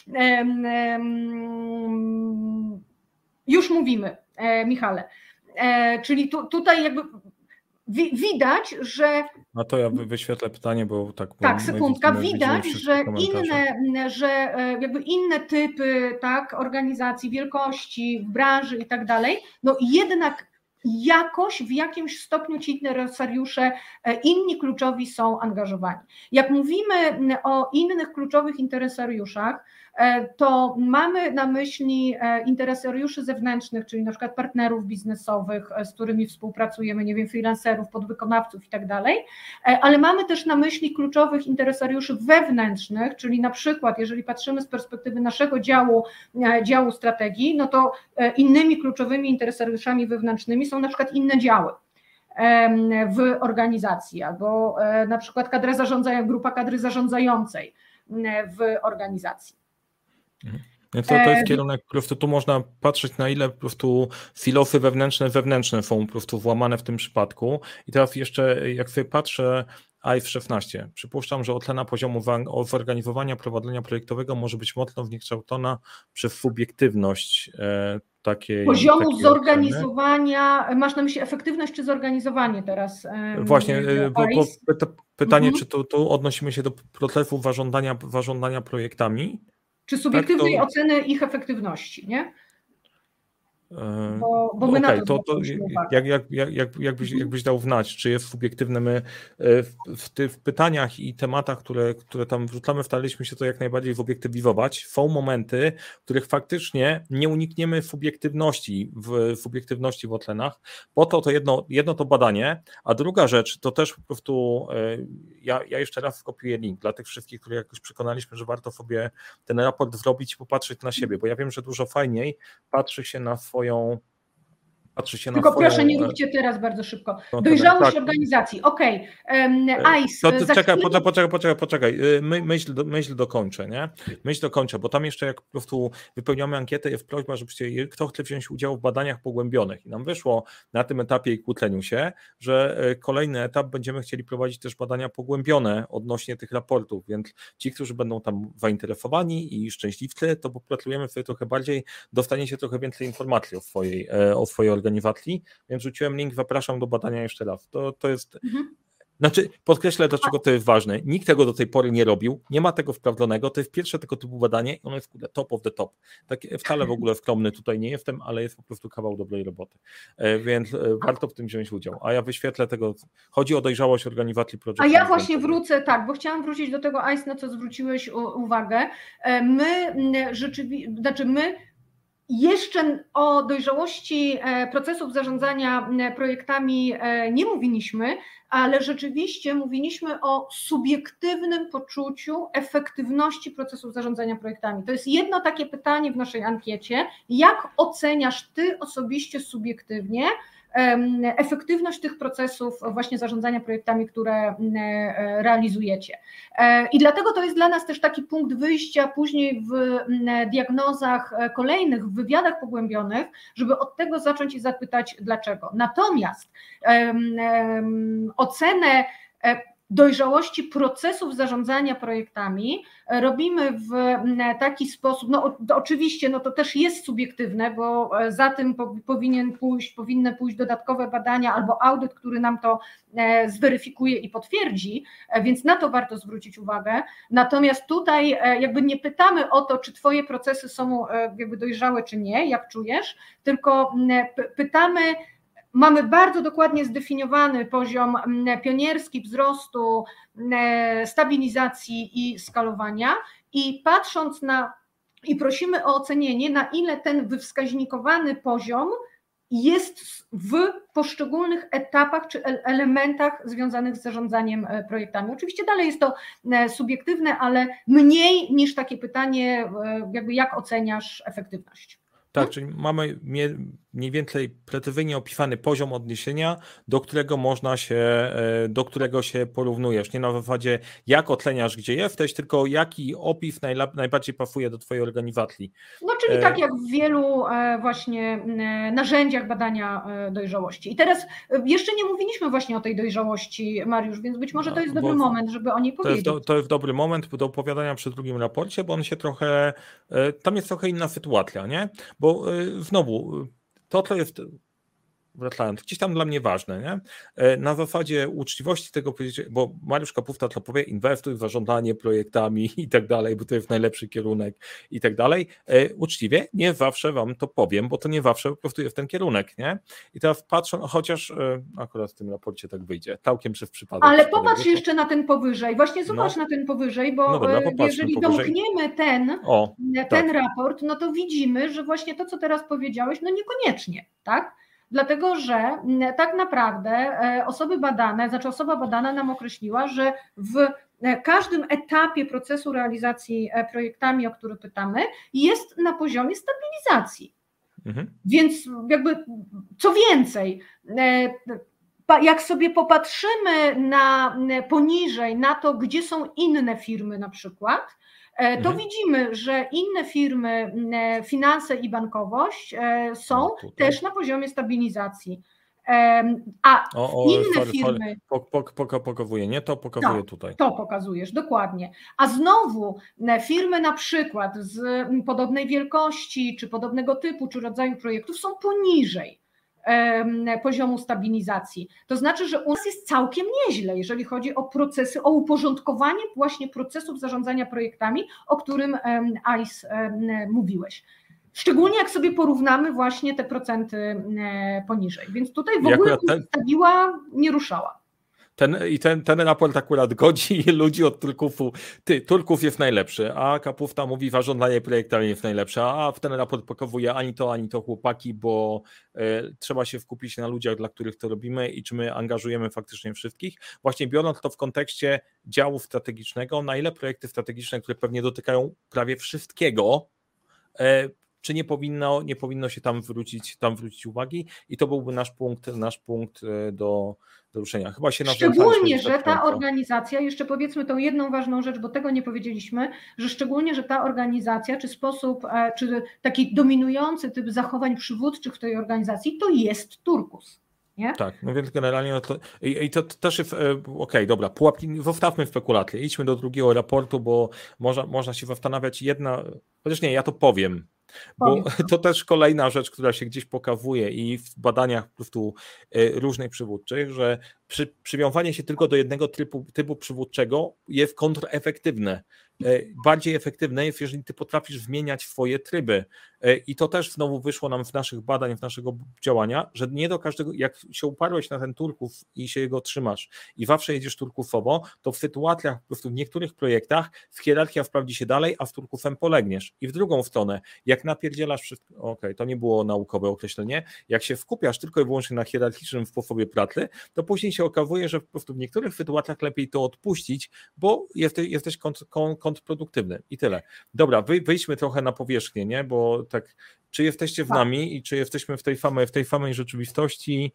Już mówimy, Michale. Czyli tutaj jakby widać, że... A to ja wyświetlę pytanie, bo tak... Tak, sekundka. Widać, że jakby inne typy, tak, organizacji, wielkości, branży i tak dalej, no jednak jakoś w jakimś stopniu ci interesariusze, inni kluczowi są angażowani. Jak mówimy o innych kluczowych interesariuszach, to mamy na myśli interesariuszy zewnętrznych, czyli na przykład partnerów biznesowych, z którymi współpracujemy, nie wiem, freelancerów, podwykonawców i tak dalej, ale mamy też na myśli kluczowych interesariuszy wewnętrznych, czyli na przykład, jeżeli patrzymy z perspektywy naszego działu strategii, no to innymi kluczowymi interesariuszami wewnętrznymi są na przykład inne działy w organizacji, albo na przykład grupa kadry zarządzającej w organizacji. Więc to jest kierunek, po prostu tu można patrzeć, na ile po prostu silosy wewnętrzne są po prostu włamane w tym przypadku. I teraz jeszcze, jak sobie patrzę, AIF 16, przypuszczam, że ocena poziomu zorganizowania prowadzenia projektowego może być mocno zniekształcona przez subiektywność poziomu zorganizowania, oceny. Masz na myśli efektywność czy zorganizowanie teraz? Właśnie, bo pytanie, czy tu odnosimy się do procesu zarządzania projektami? Czy subiektywnej oceny ich efektywności, nie? Bo my na to to zwracaliśmy uwagę. jakbyś dał wnać, czy jest subiektywne, my w pytaniach i tematach, które tam wrzucamy, staraliśmy się to jak najbardziej zobiektywizować. Są momenty, w których faktycznie nie unikniemy subiektywności w ocenach, po to jedno to badanie, a druga rzecz to też po prostu, ja jeszcze raz skopiuję link dla tych wszystkich, których jakoś przekonaliśmy, że warto sobie ten raport zrobić i popatrzeć na siebie, bo ja wiem, że dużo fajniej patrzy się na swoją. Tylko proszę, nie róbcie teraz bardzo szybko. No, Dojrzałość tak. organizacji. Okej. ICE. Poczekaj. Myśl dokończę, nie? Myśl dokończę, bo tam jeszcze jak po prostu wypełniamy ankietę, jest prośba, żebyście, kto chce wziąć udział w badaniach pogłębionych. I nam wyszło na tym etapie i kłóceniu się, że kolejny etap będziemy chcieli prowadzić też badania pogłębione odnośnie tych raportów, więc ci, którzy będą tam zainteresowani i szczęśliwcy, to popracujemy sobie trochę bardziej, dostaniecie trochę więcej informacji o swojej organizacji, więc rzuciłem link, zapraszam do badania jeszcze raz. To jest, znaczy podkreślę, dlaczego to jest ważne. Nikt tego do tej pory nie robił, nie ma tego sprawdzonego, to jest pierwsze tego typu badanie i ono jest top of the top. Tak, wcale w ogóle skromny tutaj nie jestem, ale jest po prostu kawał dobrej roboty, więc warto w tym wziąć udział. A ja wyświetlę tego, chodzi o dojrzałość organizacji Project. A ja właśnie wrócę, tak, bo chciałam wrócić do tego ICE, na co zwróciłeś uwagę. My jeszcze o dojrzałości procesów zarządzania projektami nie mówiliśmy, ale rzeczywiście mówiliśmy o subiektywnym poczuciu efektywności procesów zarządzania projektami. To jest jedno takie pytanie w naszej ankiecie. Jak oceniasz ty osobiście subiektywnie efektywność tych procesów właśnie zarządzania projektami, które realizujecie. I dlatego to jest dla nas też taki punkt wyjścia później w diagnozach kolejnych, w wywiadach pogłębionych, żeby od tego zacząć i zapytać dlaczego. Natomiast ocenę dojrzałości procesów zarządzania projektami robimy w taki sposób, no oczywiście to też jest subiektywne, bo za tym powinny pójść dodatkowe badania albo audyt, który nam to zweryfikuje i potwierdzi, więc na to warto zwrócić uwagę. Natomiast tutaj jakby nie pytamy o to, czy twoje procesy są jakby dojrzałe, czy nie, jak czujesz, tylko pytamy. Mamy bardzo dokładnie zdefiniowany poziom pionierski wzrostu, stabilizacji i skalowania i patrząc i prosimy o ocenienie, na ile ten wywskaźnikowany poziom jest w poszczególnych etapach czy elementach związanych z zarządzaniem projektami. Oczywiście dalej jest to subiektywne, ale mniej niż takie pytanie, jakby jak oceniasz efektywność. Tak, czyli mamy mniej więcej precyzyjnie opisany poziom odniesienia, do którego się porównujesz. Nie na zasadzie jak oceniasz, gdzie jesteś, tylko jaki opis najbardziej pasuje do twojej organizacji. No czyli tak jak w wielu właśnie narzędziach badania dojrzałości. I teraz jeszcze nie mówiliśmy właśnie o tej dojrzałości, Mariusz, więc być może to jest dobry moment, żeby o niej powiedzieć. To jest dobry moment do opowiadania przy drugim raporcie, bo on się tam jest trochę inna sytuacja, nie? Bo znowu, to co jest, wracając, gdzieś tam dla mnie ważne, nie? Na zasadzie uczciwości tego, bo Mariusz Kapufta to powie, inwestuj w zarządzanie projektami i tak dalej, bo to jest najlepszy kierunek i tak dalej. Uczciwie nie zawsze wam to powiem, bo to nie zawsze po prostu jest ten kierunek, nie? I teraz patrzę, chociaż akurat w tym raporcie tak wyjdzie, całkiem przez przypadek. Ale popatrz jeszcze na ten powyżej, właśnie zobacz na ten powyżej, bo dobra, jeżeli domkniemy ten raport, no to widzimy, że właśnie to, co teraz powiedziałeś, no niekoniecznie, tak? Dlatego, że tak naprawdę osoba badana nam określiła, że w każdym etapie procesu realizacji projektami, o które pytamy, jest na poziomie stabilizacji. Więc jakby co więcej, jak sobie popatrzymy poniżej na to, gdzie są inne firmy na przykład, to widzimy, że inne firmy, finanse i bankowość są też na poziomie stabilizacji. A inne firmy... Pokazuje, nie? To pokazuje tutaj. To pokazujesz, dokładnie. A znowu firmy na przykład z podobnej wielkości, czy podobnego typu, czy rodzaju projektów są poniżej poziomu stabilizacji. To znaczy, że u nas jest całkiem nieźle, jeżeli chodzi o procesy, o uporządkowanie właśnie procesów zarządzania projektami, o którym ICE mówiłeś. Szczególnie jak sobie porównamy właśnie te procenty poniżej. Więc tutaj w ogóle nie ruszała. Ten raport akurat godzi ludzi od Turkusu. Turków jest najlepszy, a Kapufta mówi, zarządzanie projektami jest najlepsze, a ten raport pokazuje ani to chłopaki, bo trzeba się skupić na ludziach, dla których to robimy i czy my angażujemy faktycznie wszystkich. Właśnie biorąc to w kontekście działu strategicznego, na ile projekty strategiczne, które pewnie dotykają prawie wszystkiego, czy nie powinno się tam wrócić uwagi i to byłby nasz punkt do ruszenia. Chyba się szczególnie, że ta organizacja, jeszcze powiedzmy tą jedną ważną rzecz, bo tego nie powiedzieliśmy, że szczególnie, że ta organizacja, czy sposób, czy taki dominujący typ zachowań przywódczych w tej organizacji, to jest Turkus. Nie? Tak, no więc generalnie to też jest, okej, dobra, pułapki, zostawmy spekulacje, idźmy do drugiego raportu, bo można się zastanawiać chociaż nie, ja to powiem. Bo to też kolejna rzecz, która się gdzieś pokazuje i w badaniach po prostu różnych przywódczych, że przywiązanie się tylko do jednego typu przywódczego jest kontrefektywne. Bardziej efektywne jest, jeżeli ty potrafisz zmieniać swoje tryby. I to też znowu wyszło nam w naszych badań, w naszego działania, że nie do każdego, jak się uparłeś na ten Turkus i się jego trzymasz i zawsze jedziesz turkusowo, to w sytuacjach, po prostu w niektórych projektach hierarchia wprawdzi się dalej, a z Turkusem polegniesz. I w drugą stronę, jak napierdzielasz wszystko, to nie było naukowe określenie, jak się skupiasz tylko i wyłącznie na hierarchicznym sposobie pracy, to później się okazuje, że po prostu w niektórych sytuacjach lepiej to odpuścić, bo jesteś kontrproduktywny i tyle. Dobra, wyjdźmy trochę na powierzchnię, nie? Bo tak, czy jesteście z nami i czy jesteśmy w tej samej rzeczywistości,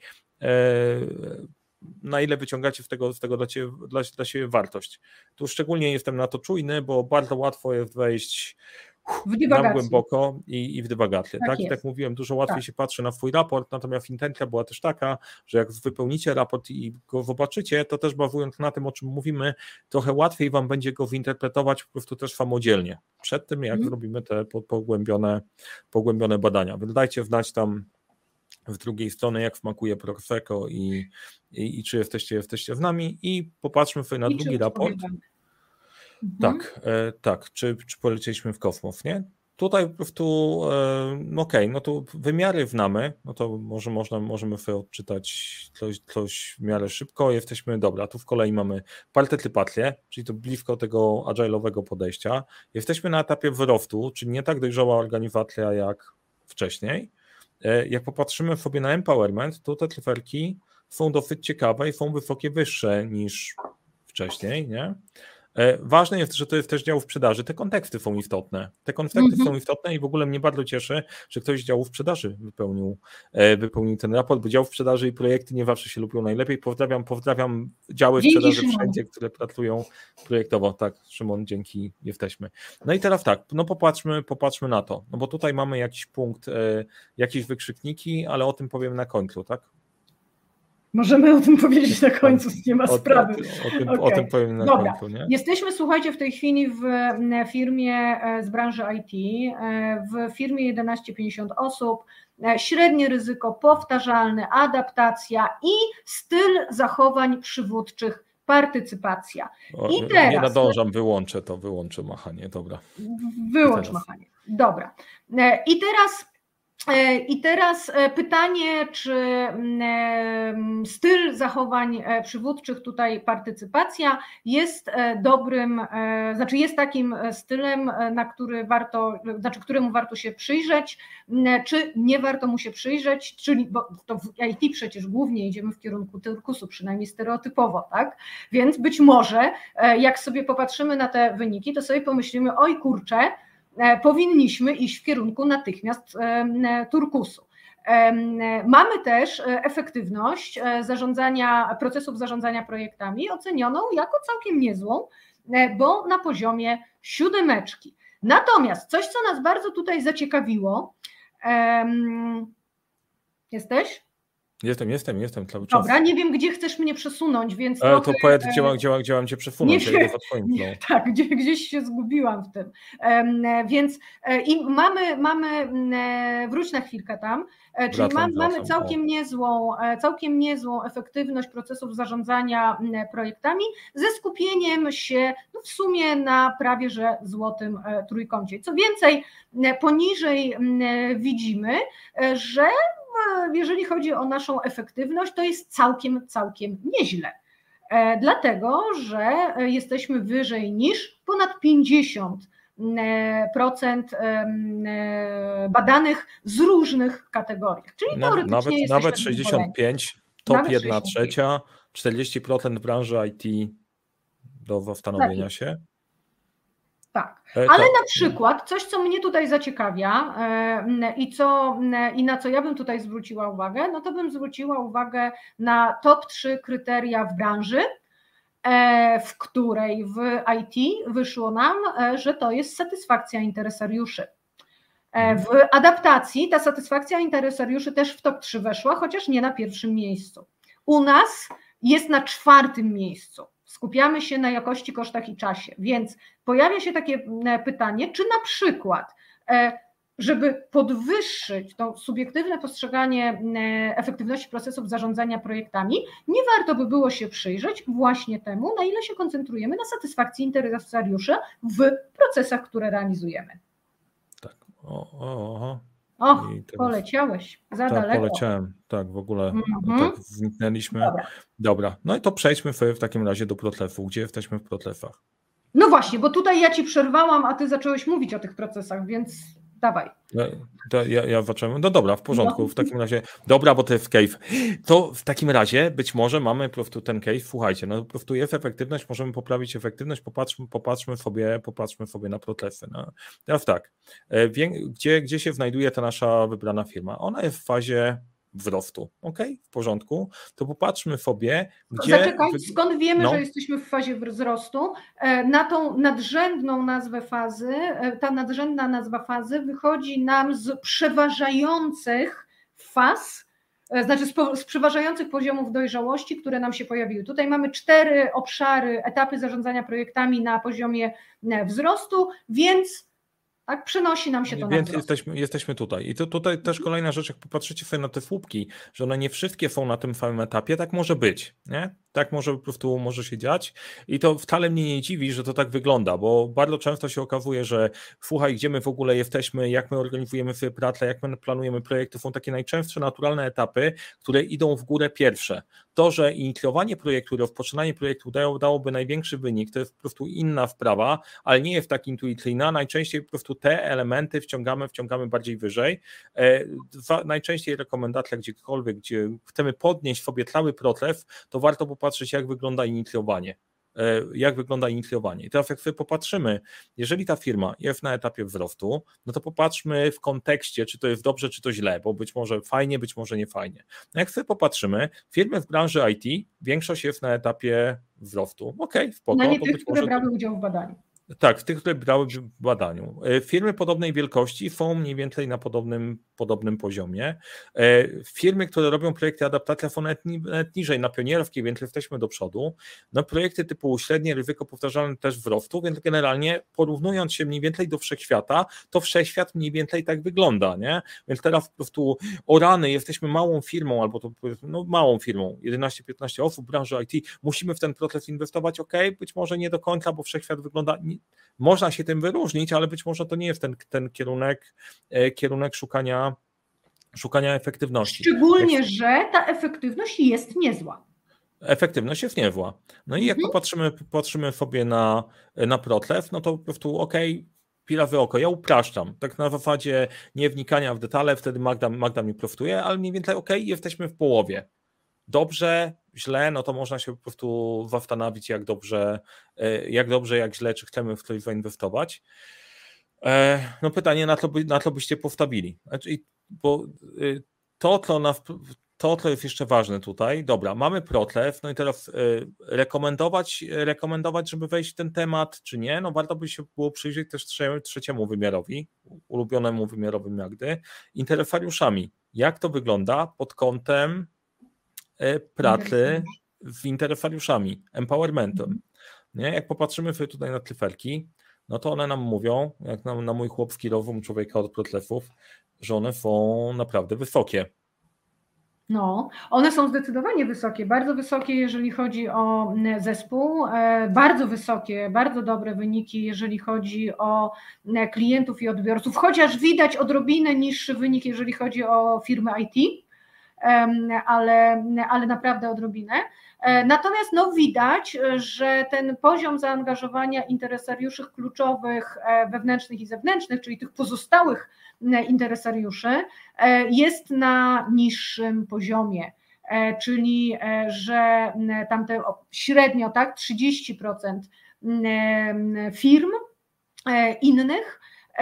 na ile wyciągacie z tego dla siebie wartość. Tu szczególnie jestem na to czujny, bo bardzo łatwo jest wejść na głęboko i w dywagację. Tak? I tak mówiłem, dużo łatwiej się patrzy na swój raport, natomiast intencja była też taka, że jak wypełnicie raport i go zobaczycie, to też bazując na tym, o czym mówimy, trochę łatwiej wam będzie go zinterpretować po prostu też samodzielnie, przed tym jak zrobimy te pogłębione badania. Więc dajcie znać tam z drugiej strony, jak smakuje Prosecco i czy jesteście z nami i popatrzmy sobie na drugi raport. Tak, czy polecieliśmy w kosmos, nie? Tutaj po prostu, no to wymiary znamy, no to możemy sobie odczytać coś w miarę szybko. Dobra, tu w kolei mamy partycypację, czyli to blisko tego agile'owego podejścia. Jesteśmy na etapie wzrostu, czyli nie tak dojrzała organizacja jak wcześniej. Jak popatrzymy sobie na empowerment, to te cyferki są dosyć ciekawe i są wyższe niż wcześniej, nie? Ważne jest, że to jest też dział sprzedaży, te konteksty są istotne. Są istotne i w ogóle mnie bardzo cieszy, że ktoś z działu sprzedaży wypełnił ten raport, bo dział sprzedaży i projekty nie zawsze się lubią najlepiej. Pozdrawiam działy sprzedaży wszędzie, które pracują projektowo. Tak, Szymon, dzięki, jesteśmy. No i teraz tak, no popatrzmy na to, no bo tutaj mamy jakiś punkt, jakieś wykrzykniki, ale o tym powiem na końcu, tak? Możemy o tym powiedzieć na końcu, nie ma sprawy. O tym powiem na końcu. Nie? Jesteśmy, słuchajcie, w tej chwili w firmie z branży IT, w firmie 1150 osób, średnie ryzyko powtarzalne, adaptacja i styl zachowań przywódczych, partycypacja. I teraz, nie nadążam, wyłączę machanie, dobra. Wyłącz machanie, dobra. I teraz pytanie, czy styl zachowań przywódczych, tutaj partycypacja, jest dobrym, znaczy jest takim stylem, któremu warto się przyjrzeć, czy nie warto mu się przyjrzeć, czyli bo to w IT przecież głównie idziemy w kierunku Turkusu, przynajmniej stereotypowo, tak? Więc być może jak sobie popatrzymy na te wyniki, to sobie pomyślimy, oj kurczę, powinniśmy iść w kierunku natychmiast Turkusu. Mamy też efektywność procesów zarządzania projektami ocenioną jako całkiem niezłą, bo na poziomie 7. Natomiast coś, co nas bardzo tutaj zaciekawiło, jesteś? Jestem cały czas. Dobra, nie wiem, gdzie chcesz mnie przesunąć, więc to powiedz, gdzie mam cię przesunąć, ja idę za twoim flow. Tak, gdzieś się zgubiłam w tym. Więc i mamy wróć na chwilkę tam, czyli mamy całkiem niezłą efektywność procesów zarządzania projektami ze skupieniem się w sumie na prawie że złotym trójkącie. Co więcej, poniżej widzimy, że jeżeli chodzi o naszą efektywność, to jest całkiem nieźle. Dlatego, że jesteśmy wyżej niż ponad 50% badanych z różnych kategoriach. Czyli teoretycznie nawet 65, top 1/3, 40% branży IT do zastanowienia się. Tak, ale na przykład coś, co mnie tutaj zaciekawia i na co ja bym tutaj zwróciła uwagę, no to bym zwróciła uwagę na top 3 kryteria w branży, w której w IT wyszło nam, że to jest satysfakcja interesariuszy. W adaptacji ta satysfakcja interesariuszy też w top 3 weszła, chociaż nie na pierwszym miejscu. U nas jest na 4. miejscu. Skupiamy się na jakości, kosztach i czasie, więc pojawia się takie pytanie, czy na przykład, żeby podwyższyć to subiektywne postrzeganie efektywności procesów zarządzania projektami, nie warto by było się przyjrzeć właśnie temu, na ile się koncentrujemy na satysfakcji interesariuszy w procesach, które realizujemy. Tak. Poleciałeś za daleko. Tak, poleciałem. Tak, w ogóle tak wniknęliśmy. Dobra. No i to przejdźmy w takim razie do protlefu. Gdzie jesteśmy w protlefach? No właśnie, bo tutaj ja ci przerwałam, a ty zacząłeś mówić o tych procesach, więc dawaj. Ja zacząłem. No dobra, w porządku. W takim razie, dobra, bo to jest cave. To w takim razie być może mamy po prostu ten cave. Słuchajcie, no po prostu jest efektywność, możemy poprawić efektywność, popatrzmy sobie na protlefy. No. Teraz tak, gdzie się znajduje ta nasza wybrana firma? Ona jest w fazie wzrostu. Ok, w porządku. To popatrzmy sobie, gdzie... Zaczekaj, skąd wiemy, że jesteśmy w fazie wzrostu? Na tą nadrzędną nazwę fazy, ta nadrzędna nazwa fazy wychodzi nam z przeważających faz, znaczy z przeważających poziomów dojrzałości, które nam się pojawiły. Tutaj mamy 4 obszary, etapy zarządzania projektami na poziomie wzrostu, więc tak, przenosi nam się to więc jesteśmy tutaj. I to tutaj też kolejna rzecz, jak popatrzycie sobie na te słupki, że one nie wszystkie są na tym samym etapie, tak może być, nie? Tak po prostu może się dziać i to wcale mnie nie dziwi, że to tak wygląda, bo bardzo często się okazuje, że słuchaj, gdzie my w ogóle jesteśmy, jak my organizujemy sobie pracę, jak my planujemy projekty, są takie najczęstsze naturalne etapy, które idą w górę pierwsze. To, że inicjowanie projektu, rozpoczynanie projektu dałoby największy wynik, to jest po prostu inna sprawa, ale nie jest tak intuicyjna, najczęściej po prostu te elementy wciągamy bardziej wyżej. Najczęściej rekomendacja gdziekolwiek, gdzie chcemy podnieść sobie cały proces, to warto popatrzeć, jak wygląda inicjowanie. I teraz jak sobie popatrzymy, jeżeli ta firma jest na etapie wzrostu, no to popatrzmy w kontekście, czy to jest dobrze, czy to źle, bo być może fajnie, być może nie fajnie. No jak sobie popatrzymy, firmy w branży IT, większość jest na etapie wzrostu. Okej, spoko. No nie tych, które brały udział w badaniu. Tak, w tych, które brały w badaniu. Firmy podobnej wielkości są mniej więcej na podobnym poziomie. Firmy, które robią projekty adaptacji, są nawet niżej na pionierskiej, więc jesteśmy do przodu. No, projekty typu średnie ryzyko powtarzalne też wzrostu, więc generalnie porównując się mniej więcej do wszechświata, to wszechświat mniej więcej tak wygląda, nie? Więc teraz po prostu o rany, jesteśmy małą firmą, albo to małą firmą, 11-15 osób w branży IT, musimy w ten proces inwestować, być może nie do końca, bo wszechświat wygląda... Można się tym wyróżnić, ale być może to nie jest ten kierunek szukania efektywności. Szczególnie, że ta efektywność jest niezła. Efektywność jest niezła. No i jak popatrzymy sobie na protlef, no to po prostu pilawe oko, ja upraszczam, tak na zasadzie nie wnikania w detale, wtedy Magda mnie prostuje, ale mniej więcej jesteśmy w połowie. Dobrze, źle, no to można się po prostu zastanowić, jak dobrze, jak źle, czy chcemy w coś zainwestować. No pytanie, na co byście postawili? Znaczy, bo to, co jest jeszcze ważne tutaj, dobra, mamy protlef, no i teraz rekomendować, żeby wejść w ten temat, czy nie? No warto by się było przyjrzeć też trzeciemu wymiarowi, ulubionemu wymiarowi Magdy, interesariuszami. Jak to wygląda pod kątem pracy z interesariuszami, empowermentem. Nie? Jak popatrzymy sobie tutaj na cyferki, no to one nam mówią, jak na mój chłopski rozum człowieka od protlefów, że one są naprawdę wysokie. No, one są zdecydowanie wysokie, bardzo wysokie, jeżeli chodzi o zespół, bardzo wysokie, bardzo dobre wyniki, jeżeli chodzi o klientów i odbiorców, chociaż widać odrobinę niższy wynik, jeżeli chodzi o firmy IT, ale naprawdę odrobinę. Natomiast no, widać, że ten poziom zaangażowania interesariuszy kluczowych wewnętrznych i zewnętrznych, czyli tych pozostałych interesariuszy, jest na niższym poziomie, czyli że tamte średnio tak 30% firm innych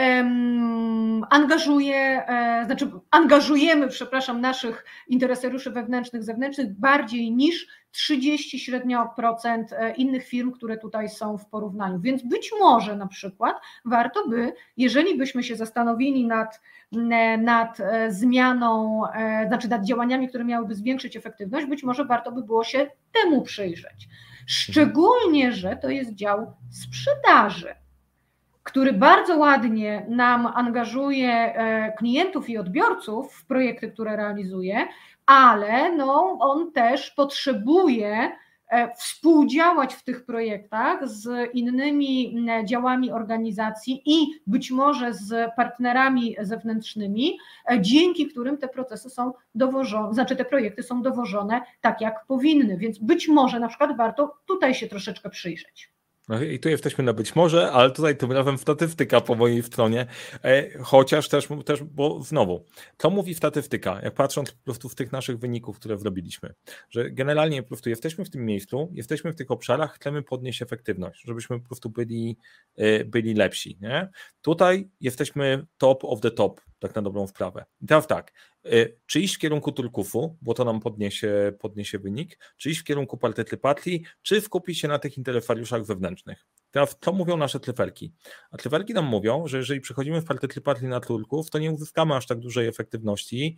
angażujemy, przepraszam, naszych interesariuszy wewnętrznych, zewnętrznych bardziej niż 30 średnio procent innych firm, które tutaj są w porównaniu. Więc być może na przykład warto by, jeżeli byśmy się zastanowili nad zmianą, znaczy nad działaniami, które miałyby zwiększyć efektywność, być może warto by było się temu przyjrzeć. Szczególnie, że to jest dział sprzedaży, który bardzo ładnie nam angażuje klientów i odbiorców w projekty, które realizuje, ale no, on też potrzebuje współdziałać w tych projektach z innymi działami organizacji i być może z partnerami zewnętrznymi, dzięki którym te procesy są dowożone, znaczy te projekty są dowożone tak, jak powinny, więc być może na przykład warto tutaj się troszeczkę przyjrzeć. No i tu jesteśmy na być może, ale tutaj tym razem statystyka po mojej stronie, chociaż też, bo znowu, to mówi statystyka, jak patrząc po prostu w tych naszych wyników, które zrobiliśmy, że generalnie po prostu jesteśmy w tym miejscu, jesteśmy w tych obszarach, chcemy podnieść efektywność, żebyśmy po prostu byli lepsi, nie? Tutaj jesteśmy top of the top, tak na dobrą sprawę. I teraz tak, czy iść w kierunku Turkusu, bo to nam podniesie wynik, czy iść w kierunku partycypacji, czy skupić się na tych interesariuszach wewnętrznych. Teraz co mówią nasze tryferki? A tryferki nam mówią, że jeżeli przechodzimy w partycypacji na Turków, to nie uzyskamy aż tak dużej efektywności.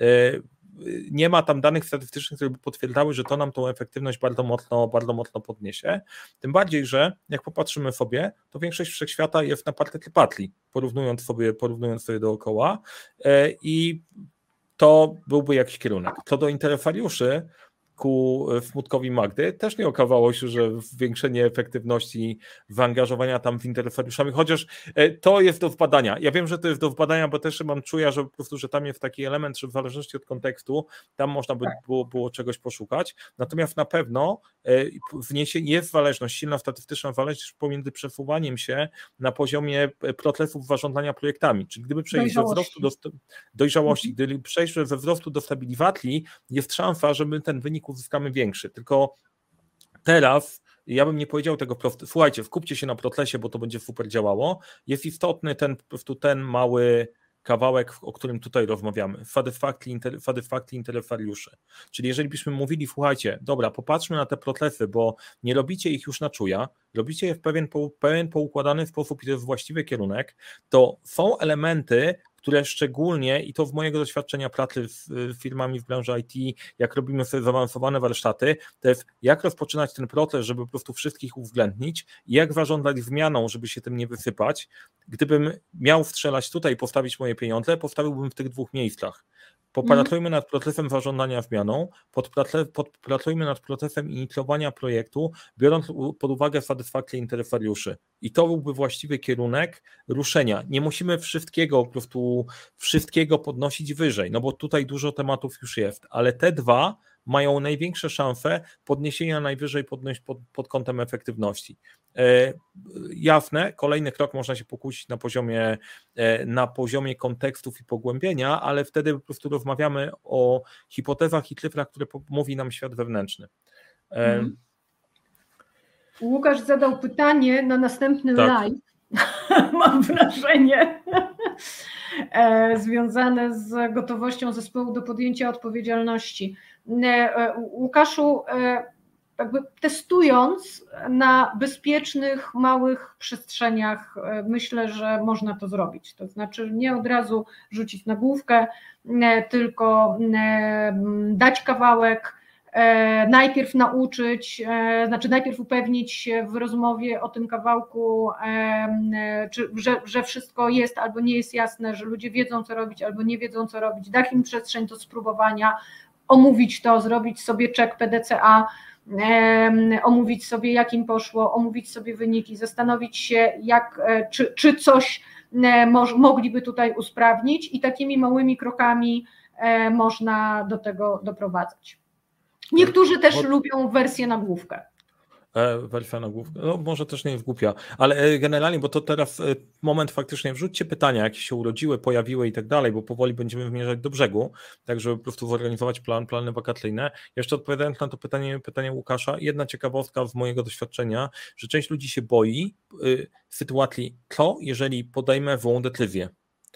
Nie ma tam danych statystycznych, które by potwierdzały, że to nam tą efektywność bardzo mocno podniesie. Tym bardziej, że jak popatrzymy sobie, to większość wszechświata jest na partycypacji, porównując sobie dookoła i to byłby jakiś kierunek. Co do interesariuszy, ku smutkowi Magdy, też nie okazało się, że zwiększenie efektywności zaangażowania tam w interesariuszami, chociaż to jest do zbadania. Ja wiem, że to jest do zbadania, bo też mam czuję, że po prostu, że tam jest taki element, że w zależności od kontekstu, tam można by było czegoś poszukać. Natomiast na pewno jest zależność, silna statystyczna zależność pomiędzy przesuwaniem się na poziomie procesów zarządzania projektami. Czyli gdyby przejść ze wzrostu do dojrzałości, gdyby przejść ze wzrostu do stabilizacji, jest szansa, że my ten wynik uzyskamy większy. Tylko teraz ja bym nie powiedział tego prosto. Słuchajcie, skupcie się na procesie, bo to będzie super działało. Jest istotny ten mały kawałek, o którym tutaj rozmawiamy, satysfakcji interesariuszy. Czyli jeżeli byśmy mówili, słuchajcie, dobra, popatrzmy na te procesy, bo nie robicie ich już na czuja, robicie je w pewien poukładany sposób i to jest właściwy kierunek, to są elementy, które szczególnie, i to z mojego doświadczenia pracy z firmami w branży IT, jak robimy sobie zaawansowane warsztaty, to jest jak rozpoczynać ten proces, żeby po prostu wszystkich uwzględnić i jak zarządzać zmianą, żeby się tym nie wysypać. Gdybym miał strzelać tutaj i postawić moje pieniądze, postawiłbym w tych dwóch miejscach. Popracujmy nad procesem zarządzania zmianą, popracujmy nad procesem inicjowania projektu, biorąc pod uwagę satysfakcję interesariuszy. I to byłby właściwy kierunek ruszenia. Nie musimy wszystkiego podnosić wyżej, no bo tutaj dużo tematów już jest, ale te dwa mają największe szanse podniesienia najwyżej pod kątem efektywności. Jasne, kolejny krok można się pokłócić na poziomie kontekstów i pogłębienia, ale wtedy po prostu rozmawiamy o hipotezach i cyfrach, które mówi nam świat wewnętrzny. Łukasz zadał pytanie na następny live, mam wrażenie, związane z gotowością zespołu do podjęcia odpowiedzialności. Łukaszu, jakby testując na bezpiecznych, małych przestrzeniach, myślę, że można to zrobić. To znaczy nie od razu rzucić na główkę, tylko dać kawałek, najpierw nauczyć, znaczy najpierw upewnić się w rozmowie o tym kawałku, że wszystko jest albo nie jest jasne, że ludzie wiedzą co robić albo nie wiedzą co robić, dać im przestrzeń do spróbowania, omówić to, zrobić sobie check PDCA, omówić sobie, jak im poszło, omówić sobie wyniki, zastanowić się, czy coś mogliby tutaj usprawnić i takimi małymi krokami można do tego doprowadzać. Niektórzy też lubią wersję na główkę. Wersja na główkę, no może też nie jest głupia, ale generalnie, bo to teraz moment faktycznie, wrzućcie pytania, jakie się urodziły, pojawiły i tak dalej, bo powoli będziemy zmierzać do brzegu, tak żeby po prostu zorganizować plany wakacyjne. Jeszcze odpowiadając na to pytanie Łukasza, jedna ciekawostka z mojego doświadczenia, że część ludzi się boi sytuacji, co jeżeli podejmę złą decyzję.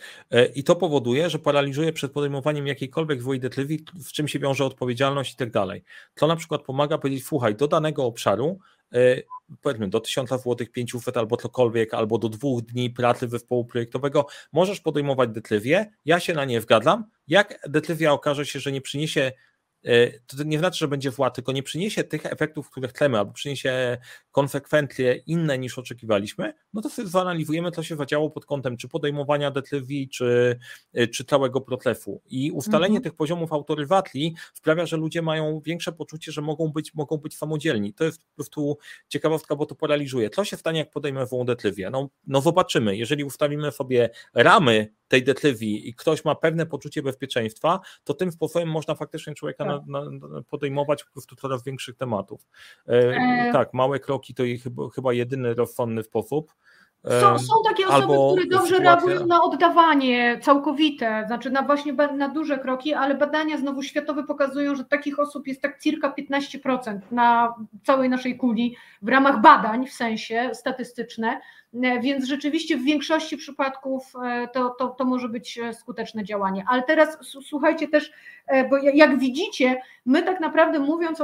I to powoduje, że paraliżuje przed podejmowaniem jakiejkolwiek złej decyzji, z czym się wiąże odpowiedzialność i tak dalej. To na przykład pomaga powiedzieć, słuchaj, do danego obszaru, powiedzmy do 1000 zł, 500 albo cokolwiek, albo do 2 dni pracy zespołu projektowego, możesz podejmować decyzję, ja się na nie zgadzam, jak decyzja okaże się, że nie przyniesie, to nie znaczy, że będzie zła, tylko nie przyniesie tych efektów, które chcemy, albo przyniesie konsekwencje inne niż oczekiwaliśmy, no to sobie zanalizujemy, co się zadziało pod kątem czy podejmowania decyzji, czy całego procesu. I ustalenie tych poziomów autoryzacji sprawia, że ludzie mają większe poczucie, że mogą być samodzielni. To jest po prostu ciekawostka, bo to paraliżuje. Co się stanie, jak podejmę złą decyzję? No zobaczymy. Jeżeli ustawimy sobie ramy tej decyzji i ktoś ma pewne poczucie bezpieczeństwa, to tym sposobem można faktycznie człowieka podejmować po prostu coraz większych tematów. Tak, małe kroki to chyba jedyny rozsądny sposób. Są takie osoby, które dobrze reagują na oddawanie całkowite, znaczy właśnie na duże kroki, ale badania znowu światowe pokazują, że takich osób jest tak circa 15% na całej naszej kuli w ramach badań, w sensie statystyczne, więc rzeczywiście w większości przypadków to może być skuteczne działanie. Ale teraz słuchajcie też, bo jak widzicie, my tak naprawdę mówiąc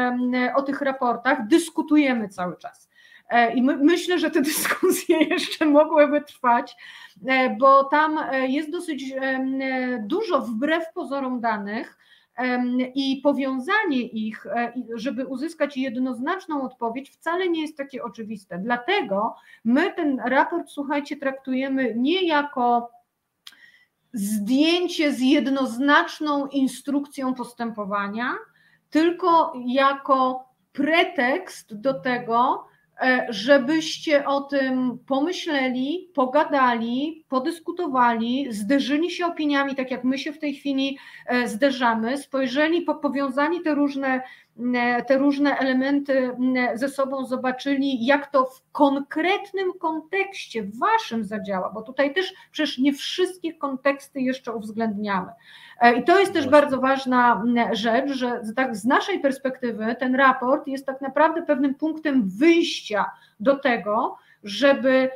o tych raportach dyskutujemy cały czas. I myślę, że te dyskusje jeszcze mogłyby trwać, bo tam jest dosyć dużo wbrew pozorom danych i powiązanie ich, żeby uzyskać jednoznaczną odpowiedź, wcale nie jest takie oczywiste. Dlatego my ten raport, słuchajcie, traktujemy nie jako zdjęcie z jednoznaczną instrukcją postępowania, tylko jako pretekst do tego, żebyście o tym pomyśleli, pogadali, podyskutowali, zderzyli się opiniami, tak jak my się w tej chwili zderzamy, spojrzeli, powiązali te różne elementy ze sobą, zobaczyli, jak to w konkretnym kontekście waszym zadziała, bo tutaj też przecież nie wszystkie konteksty jeszcze uwzględniamy. I to jest też bardzo ważna rzecz, że tak z naszej perspektywy ten raport jest tak naprawdę pewnym punktem wyjścia do tego, żeby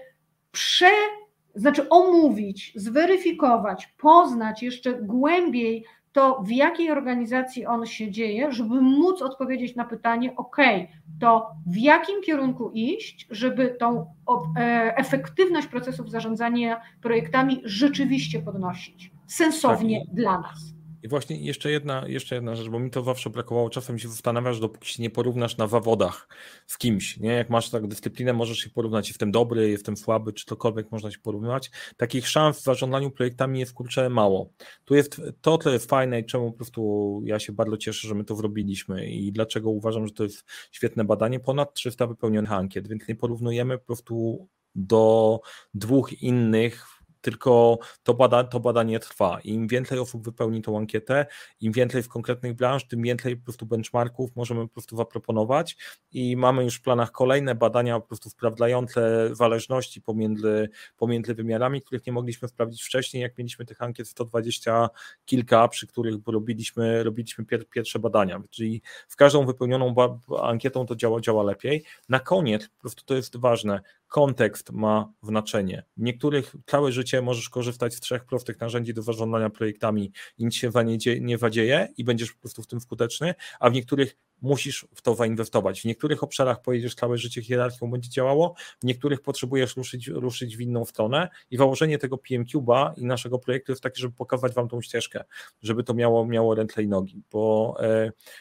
omówić, zweryfikować, poznać jeszcze głębiej to, w jakiej organizacji on się dzieje, żeby móc odpowiedzieć na pytanie, to w jakim kierunku iść, żeby tą efektywność procesów zarządzania projektami rzeczywiście podnosić, sensownie dla nas. I właśnie jeszcze jedna rzecz, bo mi to zawsze brakowało, czasem się zastanawiasz, dopóki się nie porównasz na zawodach z kimś, nie? Jak masz tak dyscyplinę, możesz się porównać, jestem dobry, jestem słaby, czy cokolwiek można się porównywać. Takich szans w zarządzaniu projektami jest mało. Tu jest to, co jest fajne i czemu po prostu ja się bardzo cieszę, że my to zrobiliśmy i dlaczego uważam, że to jest świetne badanie, ponad 300 wypełnionych ankiet, więc nie porównujemy po prostu do 2 innych, tylko to badanie trwa. Im więcej osób wypełni tą ankietę, im więcej w konkretnych branż, tym więcej po prostu benchmarków możemy po prostu zaproponować i mamy już w planach kolejne badania po prostu sprawdzające zależności pomiędzy wymiarami, których nie mogliśmy sprawdzić wcześniej, jak mieliśmy tych ankiet 120 kilka, przy których robiliśmy pierwsze badania, czyli z każdą wypełnioną ankietą to działa lepiej. Na koniec, po prostu to jest ważne, kontekst ma znaczenie. W niektórych całe życie możesz korzystać z 3 prostych narzędzi do zarządzania projektami i nic się nie zadzieje i będziesz po prostu w tym skuteczny, a w niektórych musisz w to zainwestować. W niektórych obszarach pojedziesz całe życie hierarchią, będzie działało, w niektórych potrzebujesz ruszyć w inną stronę i założenie tego PMCube'a i naszego projektu jest takie, żeby pokazać wam tą ścieżkę, żeby to miało ręce i nogi, bo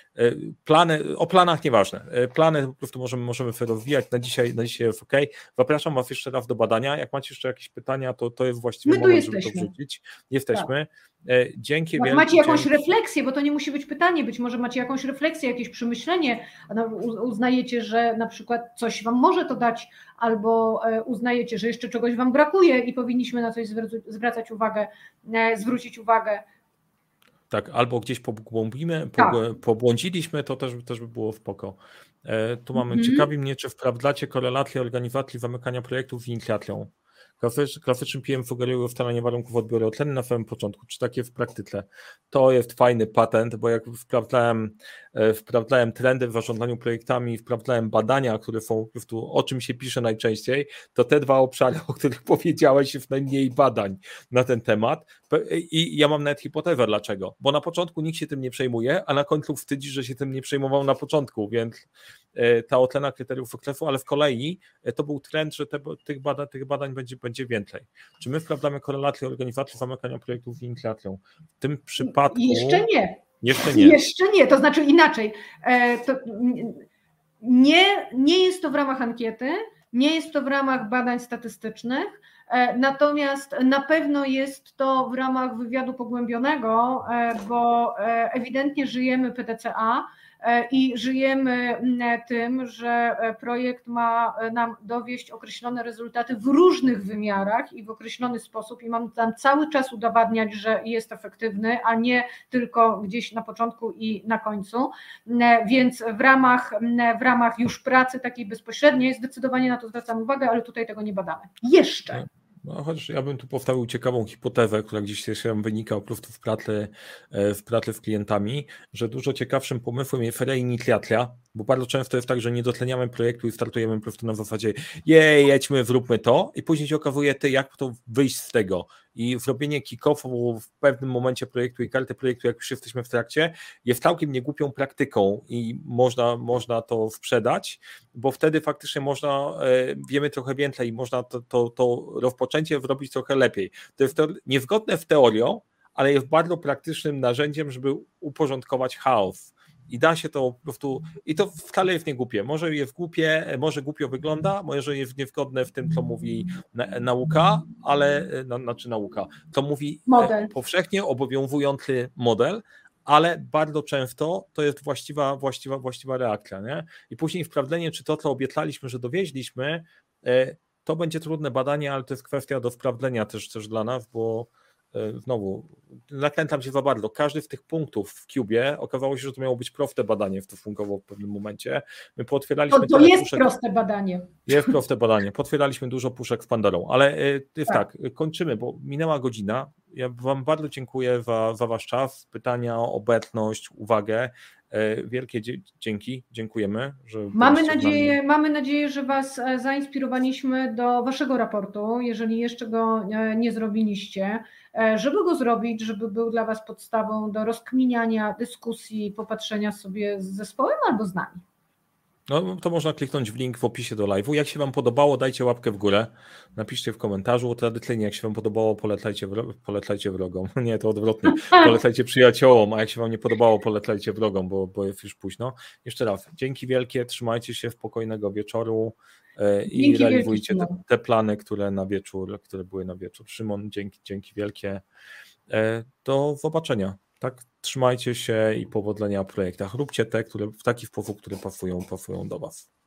o planach nieważne. Plany po prostu możemy rozwijać. Na dzisiaj jest OK. Zapraszam Was jeszcze raz do badania. Jak macie jeszcze jakieś pytania, to jest właściwy moment, żeby to wrzucić. Jesteśmy. Dzięki wielkie. Macie jakąś refleksję, bo to nie musi być pytanie, być może macie jakąś refleksję, jakieś przemyślenie, uznajecie, że na przykład coś Wam może to dać, albo uznajecie, że jeszcze czegoś Wam brakuje i powinniśmy na coś zwrócić uwagę. Tak, albo gdzieś pobłądziliśmy, to też by było spoko. Tu mamy, ciekawi mnie, czy wprawdzacie korelację organizacji zamykania projektów z inicjacją. Klasyczny PM sugeruje ustalanie warunków odbioru oceny na samym początku. Czy tak jest w praktyce? To jest fajny patent, bo jak sprawdzałem trendy w zarządzaniu projektami, sprawdzałem badania, które są po prostu, o czym się pisze najczęściej, to te dwa obszary, o których powiedziałeś, jest najmniej badań na ten temat. I ja mam nawet hipotezę dlaczego. Bo na początku nikt się tym nie przejmuje, a na końcu wstydzi, że się tym nie przejmował na początku, więc ta ocena kryteriów sukcesu, ale z kolei to był trend, że tych badań będzie więcej. Czy my sprawdzamy korelację organizacji zamykania projektów z inicjacją? W tym przypadku... Jeszcze nie. Jeszcze nie, to znaczy inaczej. Nie jest to w ramach ankiety, nie jest to w ramach badań statystycznych, natomiast na pewno jest to w ramach wywiadu pogłębionego, bo ewidentnie żyjemy PDCA i żyjemy tym, że projekt ma nam dowieść określone rezultaty w różnych wymiarach i w określony sposób i mam tam cały czas udowadniać, że jest efektywny, a nie tylko gdzieś na początku i na końcu, więc w ramach już pracy takiej bezpośredniej zdecydowanie na to zwracam uwagę, ale tutaj tego nie badamy. Jeszcze. No, chociaż ja bym tu powtarzał ciekawą hipotezę, która gdzieś się wynika po prostu w pracy z klientami, że dużo ciekawszym pomysłem jest reinicjacja, bo bardzo często jest tak, że nie dotleniamy projektu i startujemy po prostu na zasadzie jedźmy, zróbmy to i później się okazuje, jak to wyjść z tego. I zrobienie kick-offu w pewnym momencie projektu i karty projektu, jak już jesteśmy w trakcie, jest całkiem niegłupią praktyką i można to sprzedać, bo wtedy faktycznie wiemy trochę więcej i można to rozpoczęcie zrobić trochę lepiej. To jest niezgodne z teorią, ale jest bardzo praktycznym narzędziem, żeby uporządkować chaos. I da się to po prostu, i to wcale jest niegłupie. Może jest głupie, może głupio wygląda, może jest niezgodne w tym, co mówi nauka, co mówi model. Powszechnie obowiązujący model, ale bardzo często to jest właściwa reakcja. Nie? I później sprawdzenie, czy to, co obiecaliśmy, że dowieźliśmy, to będzie trudne badanie, ale to jest kwestia do sprawdzenia też dla nas, bo znowu, nakręcam się za bardzo. Każdy z tych punktów w Cubie okazało się, że to miało być proste badanie stosunkowo w pewnym momencie. My pootwieraliśmy... To jest proste badanie. Jest proste badanie. Potwierdzaliśmy dużo puszek z Pandorą, ale jest tak, kończymy, bo minęła godzina. Ja Wam bardzo dziękuję za Wasz czas, pytania, obecność, uwagę. Wielkie dzięki, dziękujemy. Że mamy nadzieję, że Was zainspirowaliśmy do Waszego raportu, jeżeli jeszcze go nie zrobiliście, żeby go zrobić, żeby był dla Was podstawą do rozkminiania, dyskusji, popatrzenia sobie z zespołem albo z nami. No to można kliknąć w link w opisie do live'u. Jak się Wam podobało, dajcie łapkę w górę, napiszcie w komentarzu. Tradycyjnie, jak się Wam podobało, polecajcie wrogom. Nie, to odwrotnie. Polecajcie przyjaciołom, a jak się Wam nie podobało, polecajcie wrogom, bo jest już późno. Jeszcze raz, dzięki wielkie, trzymajcie się, spokojnego wieczoru i realizujcie te plany, które były na wieczór. Szymon, dzięki wielkie. Do zobaczenia. Tak, trzymajcie się i powodzenia w projektach. Róbcie te, które w taki sposób, które pasują do Was.